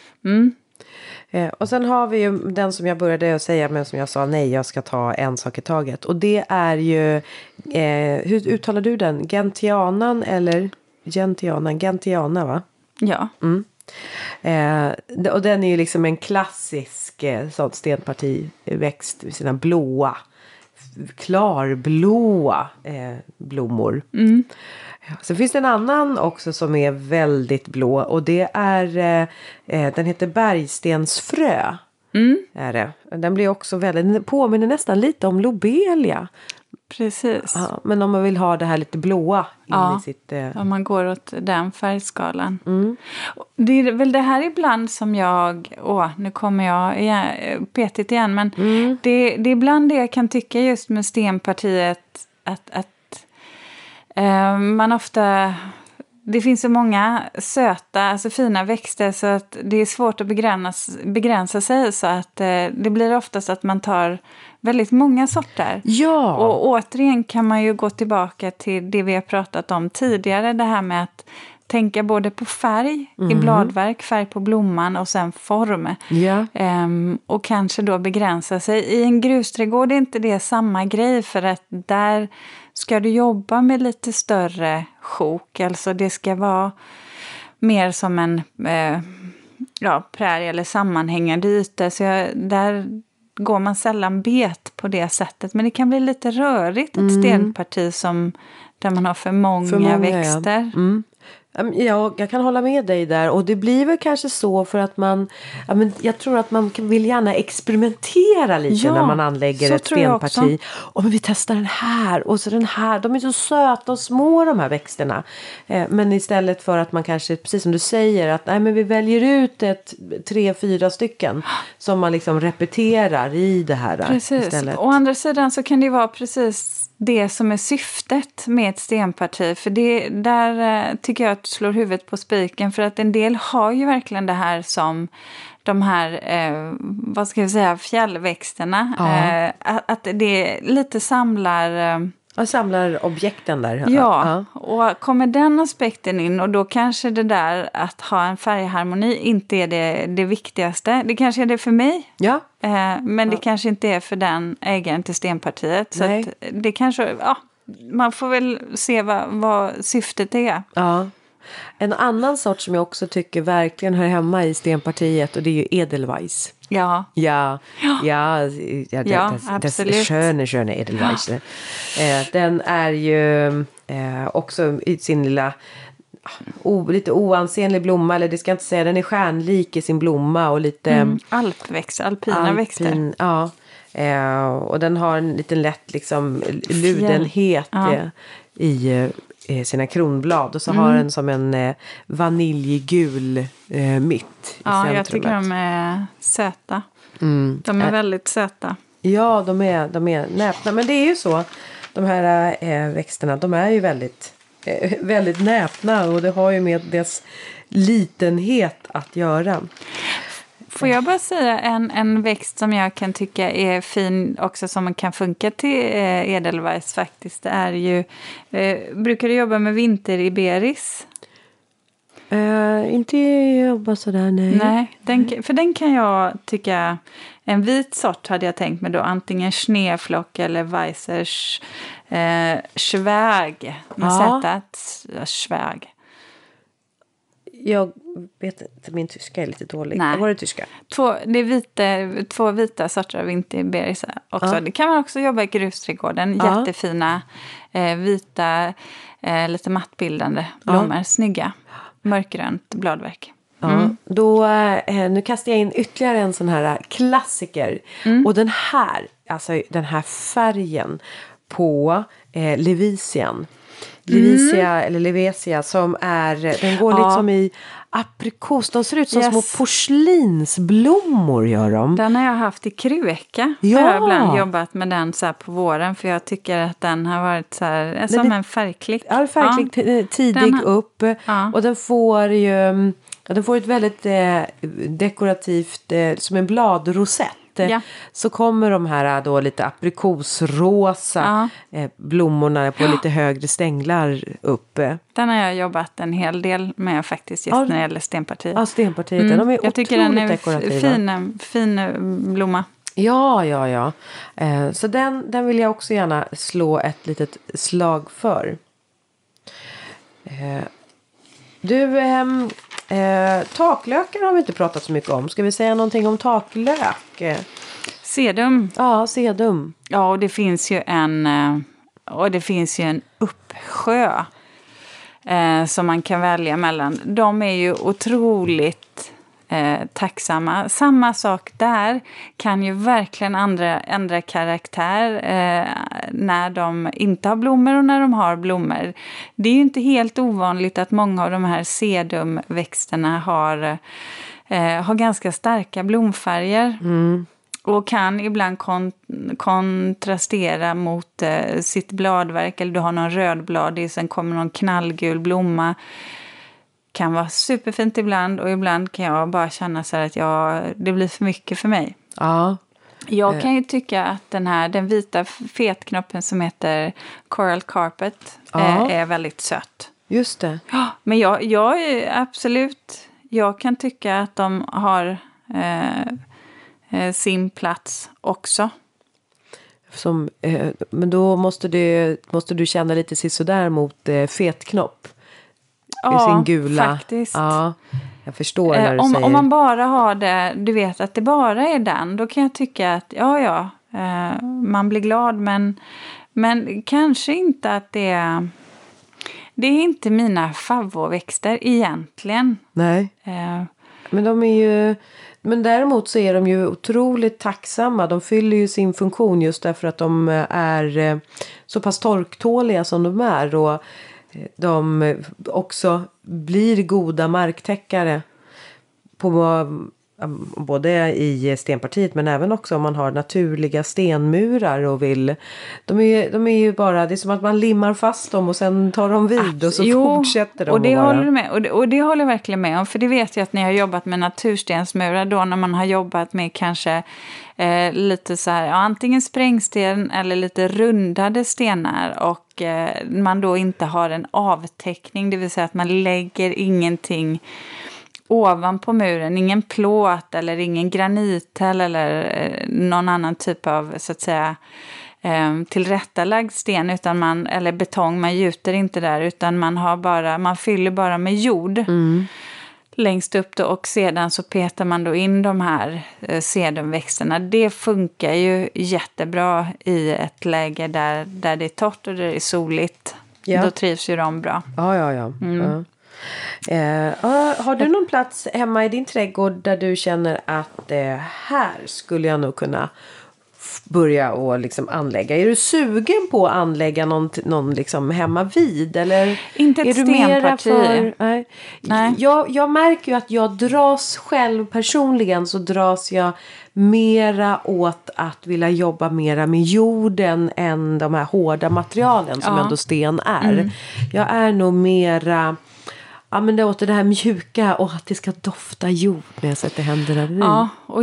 Och sen har vi ju den som jag började att säga, men som jag sa nej, jag ska ta en sak i taget. Och det är ju, hur uttalar du den? Gentianan eller Gentiana va? Ja. Och den är ju liksom en klassisk sån stenpartiväxt med sina blåa, klarblåa blommor. Sen finns det en annan också som är väldigt blå. Och det är, den heter bergstensfrö. Är det. Den blir också väldigt, den påminner nästan lite om lobelia. Precis. Ja, men om man vill ha det här lite blåa in i sitt... om man går åt den färgskalan. Det är väl det här ibland som jag... nu kommer jag igen, petigt igen. Men det är ibland det jag kan tycka just med stenpartiet. Att man ofta... Det finns så många söta, alltså fina växter så att det är svårt att begränsa sig. Så att det blir oftast att man tar väldigt många sorter. Ja. Och återigen kan man ju gå tillbaka till det vi har pratat om tidigare. Det här med att tänka både på färg i bladverk, färg på blomman och sen form. Ja. Och kanske då begränsa sig. I en grusträdgård är inte det samma grej för att där ska du jobba med lite större sjok. Alltså det ska vara mer som en prärie eller sammanhängande yta. Så där går man sällan bet på det sättet. Men det kan bli lite rörigt ett stenparti där man har för många växter. Ja. Ja, jag kan hålla med dig där. Och det blir väl kanske så för att man... Ja, men jag tror att man vill gärna experimentera lite när man anlägger ett stenparti. Och men vi testar den här och så den här. De är så söta och små de här växterna. Men istället för att man kanske, precis som du säger, att nej, men vi väljer ut 3-4 stycken som man liksom repeterar i det här. Precis. Istället. Å andra sidan så kan det vara precis det som är syftet med ett stenparti. För där tycker jag att du slår huvudet på spiken. För att en del har ju verkligen det här som de här, vad ska vi säga, fjällväxterna. Att det lite samlar... Jag samlar objekten där. Ja, och kommer den aspekten in och då kanske det där att ha en färgharmoni inte är det viktigaste. Det kanske är det för mig. Ja. Men det kanske inte är för den ägaren till stenpartiet. Så att det kanske, man får väl se vad syftet är. Ja. En annan sort som jag också tycker verkligen hör hemma i stenpartiet, och det är ju Edelweiss. Ja. Absolut. Sköna Edelweiss. Den är ju också i sin lilla lite oansenlig blomma, eller det ska jag inte säga, den är stjärnlik i sin blomma och lite alpina växter. Ja. Och den har en liten lätt liksom ludenhet i sina kronblad, och så har den som en vaniljgul mitt i centrumet. Jag tycker de är söta. De är väldigt söta. Ja, de är näpna. Men det är ju så, de här växterna, de är ju väldigt, väldigt näpna, och det har ju med dess litenhet att göra. Får jag bara säga en växt som jag kan tycka är fin också, som kan funka till Edelweiss faktiskt. Det är ju, brukar du jobba med vinteriberis? Inte jobba sådär, nej. Nej, för den kan jag tycka, en vit sort hade jag tänkt mig då, antingen Schneeflock eller Weissers Schwag. Med Schwag. Jag vet inte, min tyska är lite dålig. Nej. Var det tyska? Det är två vita sorter av vinterberis också. Det kan man också jobba i grusträdgården. Jättefina, vita, lite mattbildande blommor. Snygga, mörkgrönt bladverk. Då, nu kastar jag in ytterligare en sån här klassiker. Och den här färgen på Levisian. Livisia eller Livesia som den går liksom i aprikos. De ser ut som små porslinsblommor gör de. Den har jag haft i kruka. Ja. Jag har ibland jobbat med den så här på våren för jag tycker att den har varit så här, som en färgklick. Ja, färgklick tidig upp. Och den får ju den får ett väldigt dekorativt som en bladrosett. Ja. Så kommer de här då lite aprikosrosa blommorna på lite högre stänglar upp. Den har jag jobbat en hel del med faktiskt just när det gäller stenpartiet. Ja, stenpartiet. De är jag tycker den är dekorativa. fin blomma. Ja. Så den vill jag också gärna slå ett litet slag för. Taklökar har vi inte pratat så mycket om. Ska vi säga någonting om taklök? Sedum. Ja, sedum. Ja, och det finns ju en uppsjö som man kan välja mellan. De är ju otroligt tacksamma. Samma sak där, kan ju verkligen ändra karaktär när de inte har blommor och när de har blommor. Det är ju inte helt ovanligt att många av de här sedumväxterna har ganska starka blomfärger. Och kan ibland kontrastera mot sitt bladverk. Eller du har någon rödbladig, sen kommer någon knallgul blomma. Kan vara superfint ibland. Och ibland kan jag bara känna så här att det blir för mycket för mig. Ja. Jag kan ju tycka att den vita fetknoppen som heter Coral Carpet är väldigt söt. Just det. Men jag är absolut... Jag kan tycka att de har... sin plats också. Men då måste du känna lite sisådär mot fetknopp. Ja, sin gula. Faktiskt. Ja, jag förstår när du säger. Om man bara har det, du vet att det bara är den, då kan jag tycka att man blir glad, men kanske inte att det är inte mina favoritväxter egentligen. Nej. Men de är ju... Men däremot så är de ju otroligt tacksamma. De fyller ju sin funktion just därför att de är så pass torktåliga som de är. Och de också blir goda marktäckare på både i stenpartiet men även också om man har naturliga stenmurar och vill. De är ju bara, det är som att man limmar fast dem och sen tar de vid och så fortsätter de. Och det håller du med. Och det håller jag verkligen med om. För det vet jag att när jag har jobbat med naturstensmurar då när man har jobbat med kanske lite så här, antingen sprängsten eller lite rundade stenar och man då inte har en avtäckning, det vill säga att man lägger ingenting ovanpå muren, ingen plåt eller ingen granit eller någon annan typ av så att säga tillrättalagd sten eller betong, man gjuter inte där utan man fyller bara med jord längst upp då, och sedan så petar man då in de här sedumväxterna. Det funkar ju jättebra i ett läge där det är torrt och där det är soligt. Ja. Då trivs ju de bra. Ja. Ja. Har du någon plats hemma i din trädgård där du känner att här skulle jag nog kunna börja och liksom anlägga? Är du sugen på att anlägga någon liksom hemma vid? Eller inte ett stenparti. Nej. Jag märker ju att jag dras själv personligen, så dras jag mera åt att vilja jobba mera med jorden än de här hårda materialen som ändå sten är. Jag är nog mera... Ja, men det åt det här mjuka och att det ska dofta jord när jag sätter händerna i. Ja, och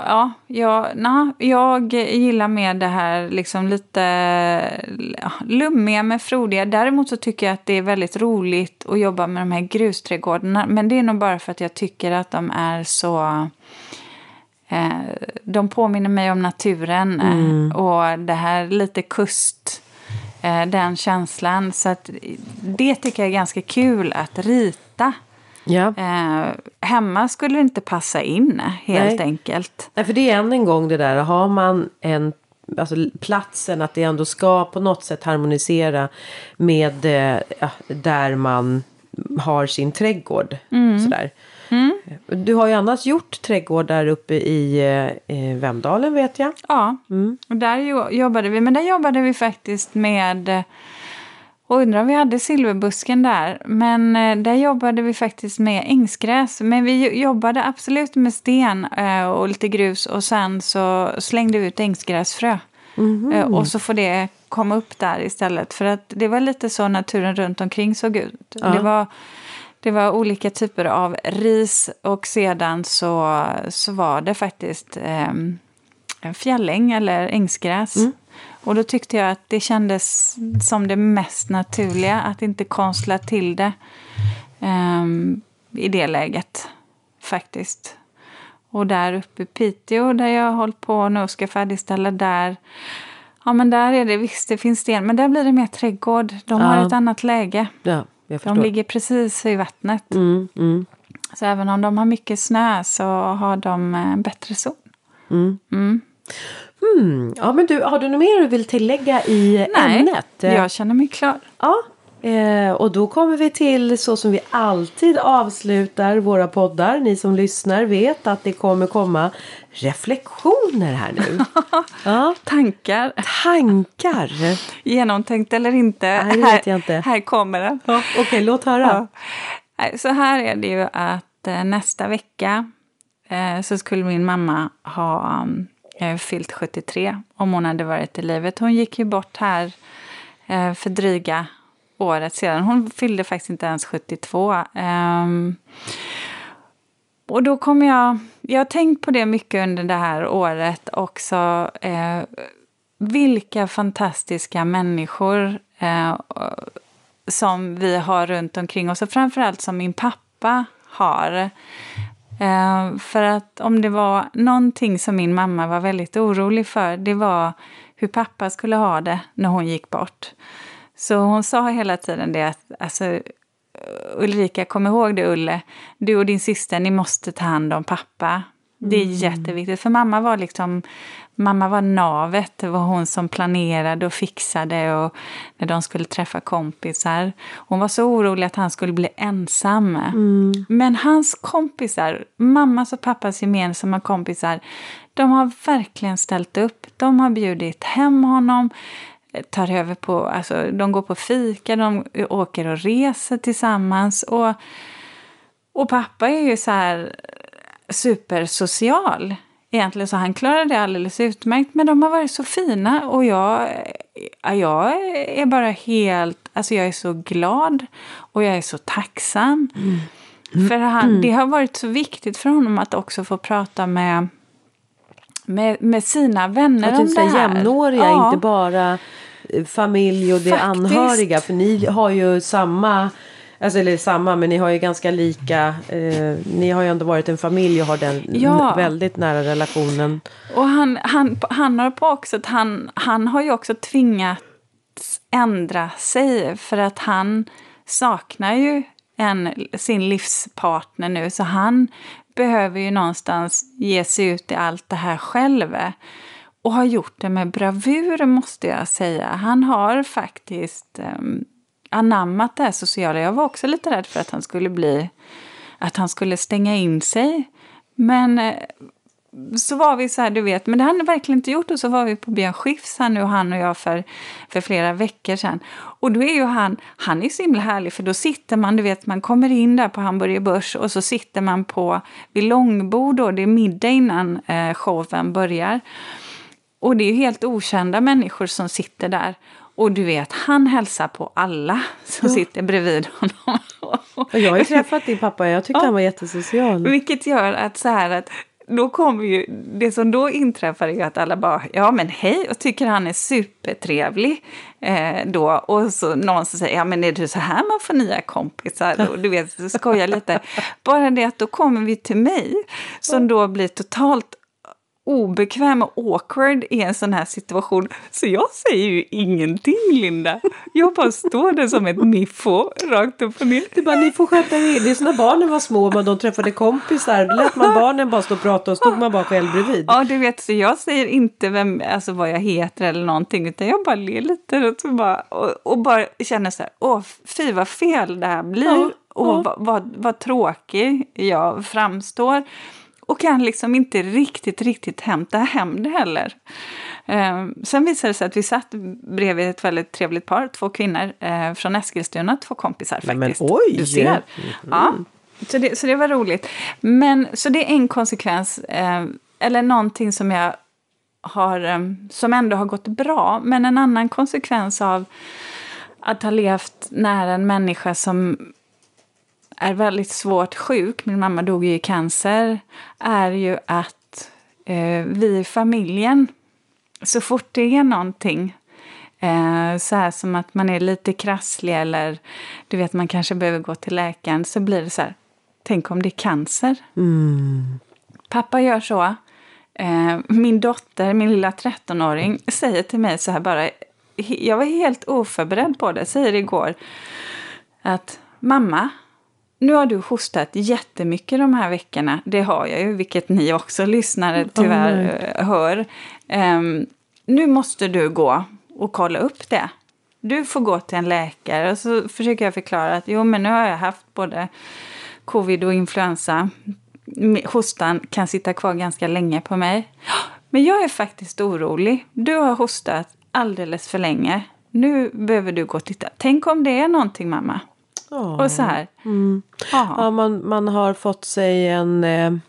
jag gillar med det här liksom lite lummiga med frodiga. Däremot så tycker jag att det är väldigt roligt att jobba med de här grusträdgårdarna. Men det är nog bara för att jag tycker att de är så... de påminner mig om naturen och det här lite kust... den känslan, så att det tycker jag är ganska kul att rita. Ja. Hemma skulle det inte passa in helt enkelt. Nej, för det är en gång det där, har man platsen att det ändå ska på något sätt harmonisera med där man har sin trädgård sådär. Du har ju annars gjort trädgårdar uppe i Vemdalen, vet jag. Ja, och där jobbade vi. Men där jobbade vi faktiskt med Och undrar om vi hade silverbusken där. Men där jobbade vi faktiskt med ängsgräs. Men vi jobbade absolut med sten och lite grus. Och sen så slängde vi ut ängsgräsfrö. Och så får det komma upp där istället. För att det var lite så naturen runt omkring såg ut. Ja. Det var olika typer av ris. Och sedan så var det faktiskt en fjälläng eller ängsgräs. Och då tyckte jag att det kändes som det mest naturliga att inte konstla till det i det läget faktiskt. Och där uppe i Piteå där jag har hållit på nu och ska färdigställa där. Ja men där är det visst, det finns sten. Men där blir det mer trädgård. De har ett annat läge. Ja, jag förstår. De ligger precis i vattnet. Så även om de har mycket snö så har de bättre sol. Ja, men du, har du något mer du vill tillägga i ämnet? Nej, jag känner mig klar. Ja, och då kommer vi till så som vi alltid avslutar våra poddar. Ni som lyssnar vet att det kommer komma reflektioner här nu. Ja. Tankar. Genomtänkt eller inte. Nej, det vet jag inte. Här kommer den. Ja, Okej, låt höra. Ja. Så här är det ju att nästa vecka så skulle min mamma ha fyllt 73 om hon hade varit i livet. Hon gick ju bort här för dryga året sedan. Hon fyllde faktiskt inte ens 72. Och då kommer jag har tänkt på det mycket under det här året också. Vilka fantastiska människor som vi har runt omkring oss. Och framförallt som min pappa har. För att om det var någonting som min mamma var väldigt orolig för, det var hur pappa skulle ha det när hon gick bort. Så hon sa hela tiden det att alltså, Ulrika, kom ihåg det Ulle, du och din syster, ni måste ta hand om pappa. Det är jätteviktigt, för mamma var navet, det var hon som planerade och fixade och när de skulle träffa kompisar. Hon var så orolig att han skulle bli ensam. Men hans kompisar, mammas och pappas gemensamma kompisar, de har verkligen ställt upp. De har bjudit hem honom, tar över på, alltså de går på fika, de åker och reser tillsammans och pappa är ju så här supersocial. Egentligen så han klarade det alldeles utmärkt. Men de har varit så fina. Och jag är bara helt... Alltså jag är så glad. Och jag är så tacksam. För det har varit så viktigt för honom att också få prata med sina vänner om det här. Jämnåriga, inte bara familj och det anhöriga. För ni har ju samma... Alltså, eller samma, men ni har ju ganska lika... ni har ju ändå varit en familj och har den väldigt nära relationen. Och han har på också att han har ju också tvingats ändra sig. För att han saknar ju sin livspartner nu. Så han behöver ju någonstans ge sig ut i allt det här själv. Och har gjort det med bravur, måste jag säga. Han har faktiskt... anammat det här sociala. Jag var också lite rädd för att han skulle stänga in sig. Men så var vi så här, du vet, men det hade han verkligen inte gjort. Och så var vi på Björn Skifs, han och jag för flera veckor sedan. Och då är ju han är så himla härlig, för då sitter man, du vet, man kommer in där på Hamburger Börs och så sitter man vid långbord då, det är middag innan showen börjar. Och det är ju helt okända människor som sitter där. Och du vet, han hälsar på alla som sitter bredvid honom. Och jag har ju träffat din pappa, jag tyckte han var jättesocial. Vilket gör att då kommer ju, det som då inträffar är att alla bara, ja men hej, och tycker han är supertrevlig då. Och så någon som säger, ja men är det så här man får nya kompisar? Och du vet, skojar lite. Bara det att då kommer vi till mig som då blir totalt obekväm och awkward i en sån här situation. Så jag säger ju ingenting, Linda. Jag bara står där som ett miffo rakt upp och ner. Du bara, ni får sköta det. Det är såna barnen var små, men de träffade kompisar. Då lät man barnen bara stå och prata och stod man bara själv bredvid. Ja, du vet, så jag säger inte vad jag heter eller någonting, utan jag bara ler lite och bara känner så här, fy vad fel det här blir. Och vad tråkig jag framstår. Och kan liksom inte riktigt hämta hem det heller. Sen visade det sig att vi satt bredvid ett väldigt trevligt par, 2 kvinnor från Eskilstuna, 2 kompisar faktiskt. Men oj! Du ser. Mm. Ja, så det var roligt. Men så det är en konsekvens, eller någonting som jag har, som ändå har gått bra. Men en annan konsekvens av att ha levt nära en människa som är väldigt svårt sjuk, min mamma dog ju i cancer, är ju att vi i familjen, så fort det är någonting, så här som att man är lite krasslig eller du vet man kanske behöver gå till läkaren, så blir det så här, tänk om det är cancer. Pappa gör så. Min dotter, min lilla 13-åring, säger till mig så här bara, jag var helt oförberedd på det, säger igår att mamma, nu har du hostat jättemycket de här veckorna. Det har jag ju, vilket ni också lyssnare tyvärr hör. Nu måste du gå och kolla upp det. Du får gå till en läkare. Och så försöker jag förklara att men nu har jag haft både covid och influensa. Hostan kan sitta kvar ganska länge på mig. Men jag är faktiskt orolig. Du har hostat alldeles för länge. Nu behöver du gå och titta. Tänk om det är någonting, mamma. Och så här. Ja, man har fått sig en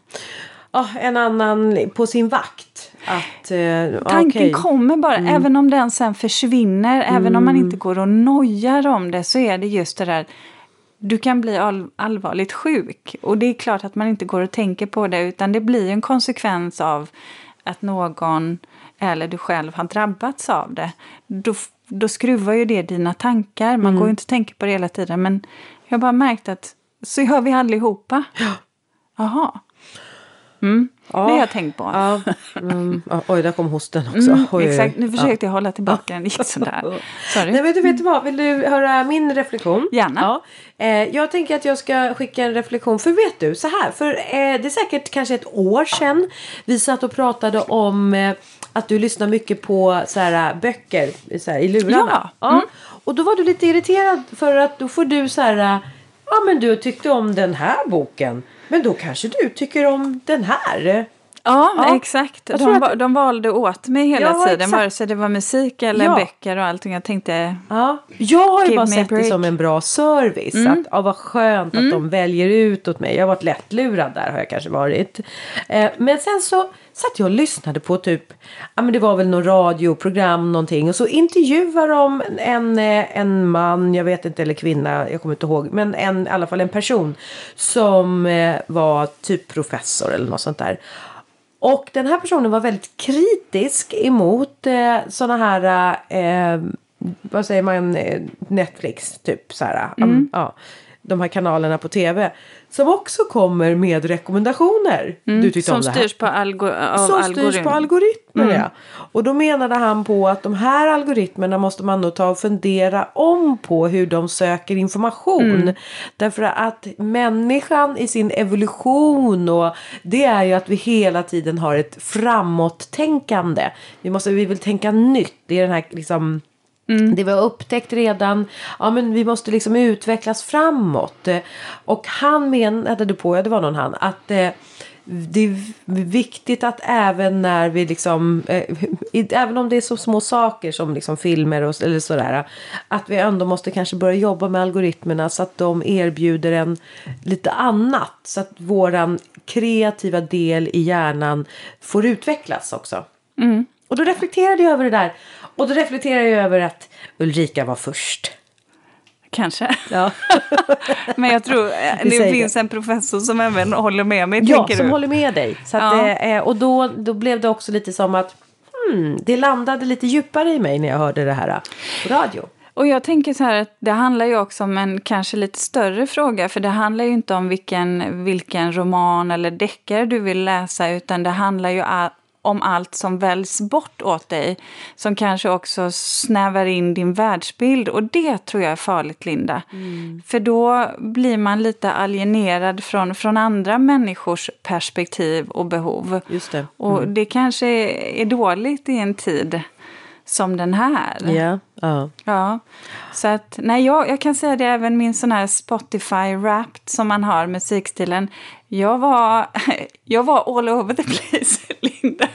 annan på sin vakt. Att, tanken kommer bara. Även om den sen försvinner. Även om man inte går och nojar om det. Så är det just det där. Du kan bli allvarligt sjuk. Och det är klart att man inte går och tänker på det. Utan det blir en konsekvens av att någon eller du själv har drabbats av det. Då skruvar ju det dina tankar. Man går ju inte och tänker på det hela tiden. Men jag har bara märkt att så hör vi allihopa. Jaha. Det har jag tänkt på. Oj, där kom hosten också. Exakt, nu försökte jag hålla tillbaka den lite sådär. Sorry. Nej, vet du vad? Vill du höra min reflektion? Gärna. Ja. Jag tänker att jag ska skicka en reflektion. För vet du, så här. För det är säkert kanske ett år sedan vi satt och pratade om att du lyssnar mycket på så här, böcker så här, i lurarna. Ja. Och då var du lite irriterad för att då får du så här, men du tyckte om den här boken. Men då kanske du tycker om den här. Ja, exakt. De valde åt mig hela tiden. Exakt. Vare sig det var musik eller böcker och allting. Jag tänkte... Ja. Jag har ju bara sett det som en bra service. Att, vad skönt att de väljer ut åt mig. Jag har varit lättlurad där, har jag kanske varit. Men sen så satt jag och lyssnade på typ... Ja, men det var väl någon radioprogram någonting. Och så intervjuar de en man, jag vet inte, eller kvinna, jag kommer inte ihåg. Men i alla fall en person som var typ professor eller något sånt där. Och den här personen var väldigt kritisk emot såna här, vad säger man, Netflix typ så här, de här kanalerna på tv som också kommer med rekommendationer. Du tyckte som om det här. Styrs på algoritmer. Ja. Och då menade han på att de här algoritmerna måste man nog ta och fundera om på hur de söker information. Därför att människan i sin evolution, och det är ju att vi hela tiden har ett framåt-tänkande. Vi vill tänka nytt. Det är den här liksom... Det vi har upptäckt redan. Ja, men vi måste liksom utvecklas framåt. Och han menade det var någon han. Att det är viktigt att även när vi liksom. Även om det är så små saker som liksom filmer och, eller sådär. Att vi ändå måste kanske börja jobba med algoritmerna. Så att de erbjuder en lite annat. Så att våran kreativa del i hjärnan får utvecklas också. Och då reflekterade jag över det där. Och då reflekterar jag över att Ulrika var först. Kanske. Ja. Men jag tror det finns en professor som även håller med mig. Ja, som håller med dig. Så att, och då blev det också lite som att det landade lite djupare i mig när jag hörde det här på radio. Och jag tänker så här att det handlar ju också om en kanske lite större fråga. För det handlar ju inte om vilken roman eller deckare du vill läsa. Utan det handlar ju om allt som väljs bort åt dig. Som kanske också snävar in din världsbild. Och det tror jag är farligt, Linda. För då blir man lite alienerad från andra människors perspektiv och behov. Just det. Och det kanske är dåligt i en tid som den här. Ja. Så att, nej, jag kan säga det, även min sån här Spotify-Wrapped som man har, musikstilen. Jag var all over the place, Linda,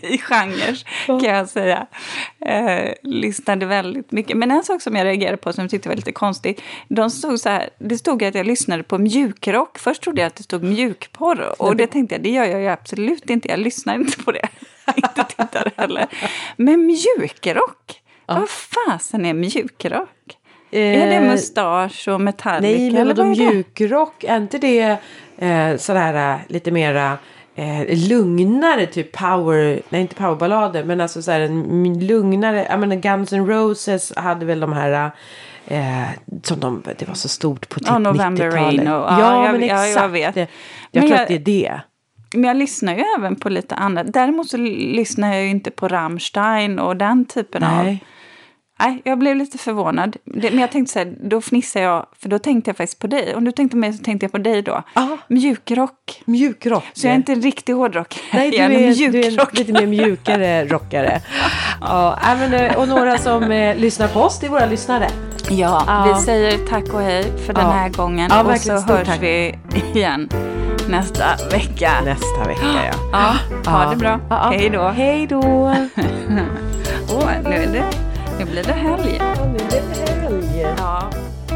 i genrer kan jag säga. Lyssnade väldigt mycket. Men en sak som jag reagerade på som jag tyckte var lite konstigt. De stod så här, det stod att jag lyssnade på mjukrock. Först trodde jag att det stod mjukporr. Och det tänkte jag, det gör jag ju absolut inte. Jag lyssnar inte på det. Inte tittar heller. Men mjukrock? Vad fasen är mjukrock? Är det mustasch och Metallica? Nej, men vadå mjukrock? Är inte det sådär lite mera lugnare typ power, nej inte powerballader, men alltså såhär en lugnare, jag menar Guns N' Roses hade väl de här som det var så stort på typ 90-talet. Ja, men exakt. Jag vet. Jag tror att det är det. Men jag lyssnar ju även på lite annat. Däremot så lyssnar jag ju inte på Rammstein och den typen av... Nej, jag blev lite förvånad. Men jag tänkte så här, då fnissade jag, för då tänkte jag faktiskt på dig. Om du tänkte på mig så tänkte jag på dig då. Mjukrock. Mjukrock. Så jag är inte en riktig hårdrock. Nej, du är lite mer mjukare rockare. Och några som lyssnar på oss, det är våra lyssnare. Ja, vi säger tack och hej för den här gången. Och så hörs vi igen nästa vecka. Ha det bra. Hej då. Hej då. Nu blir det helg. Ja, nu blir det helg. Ja.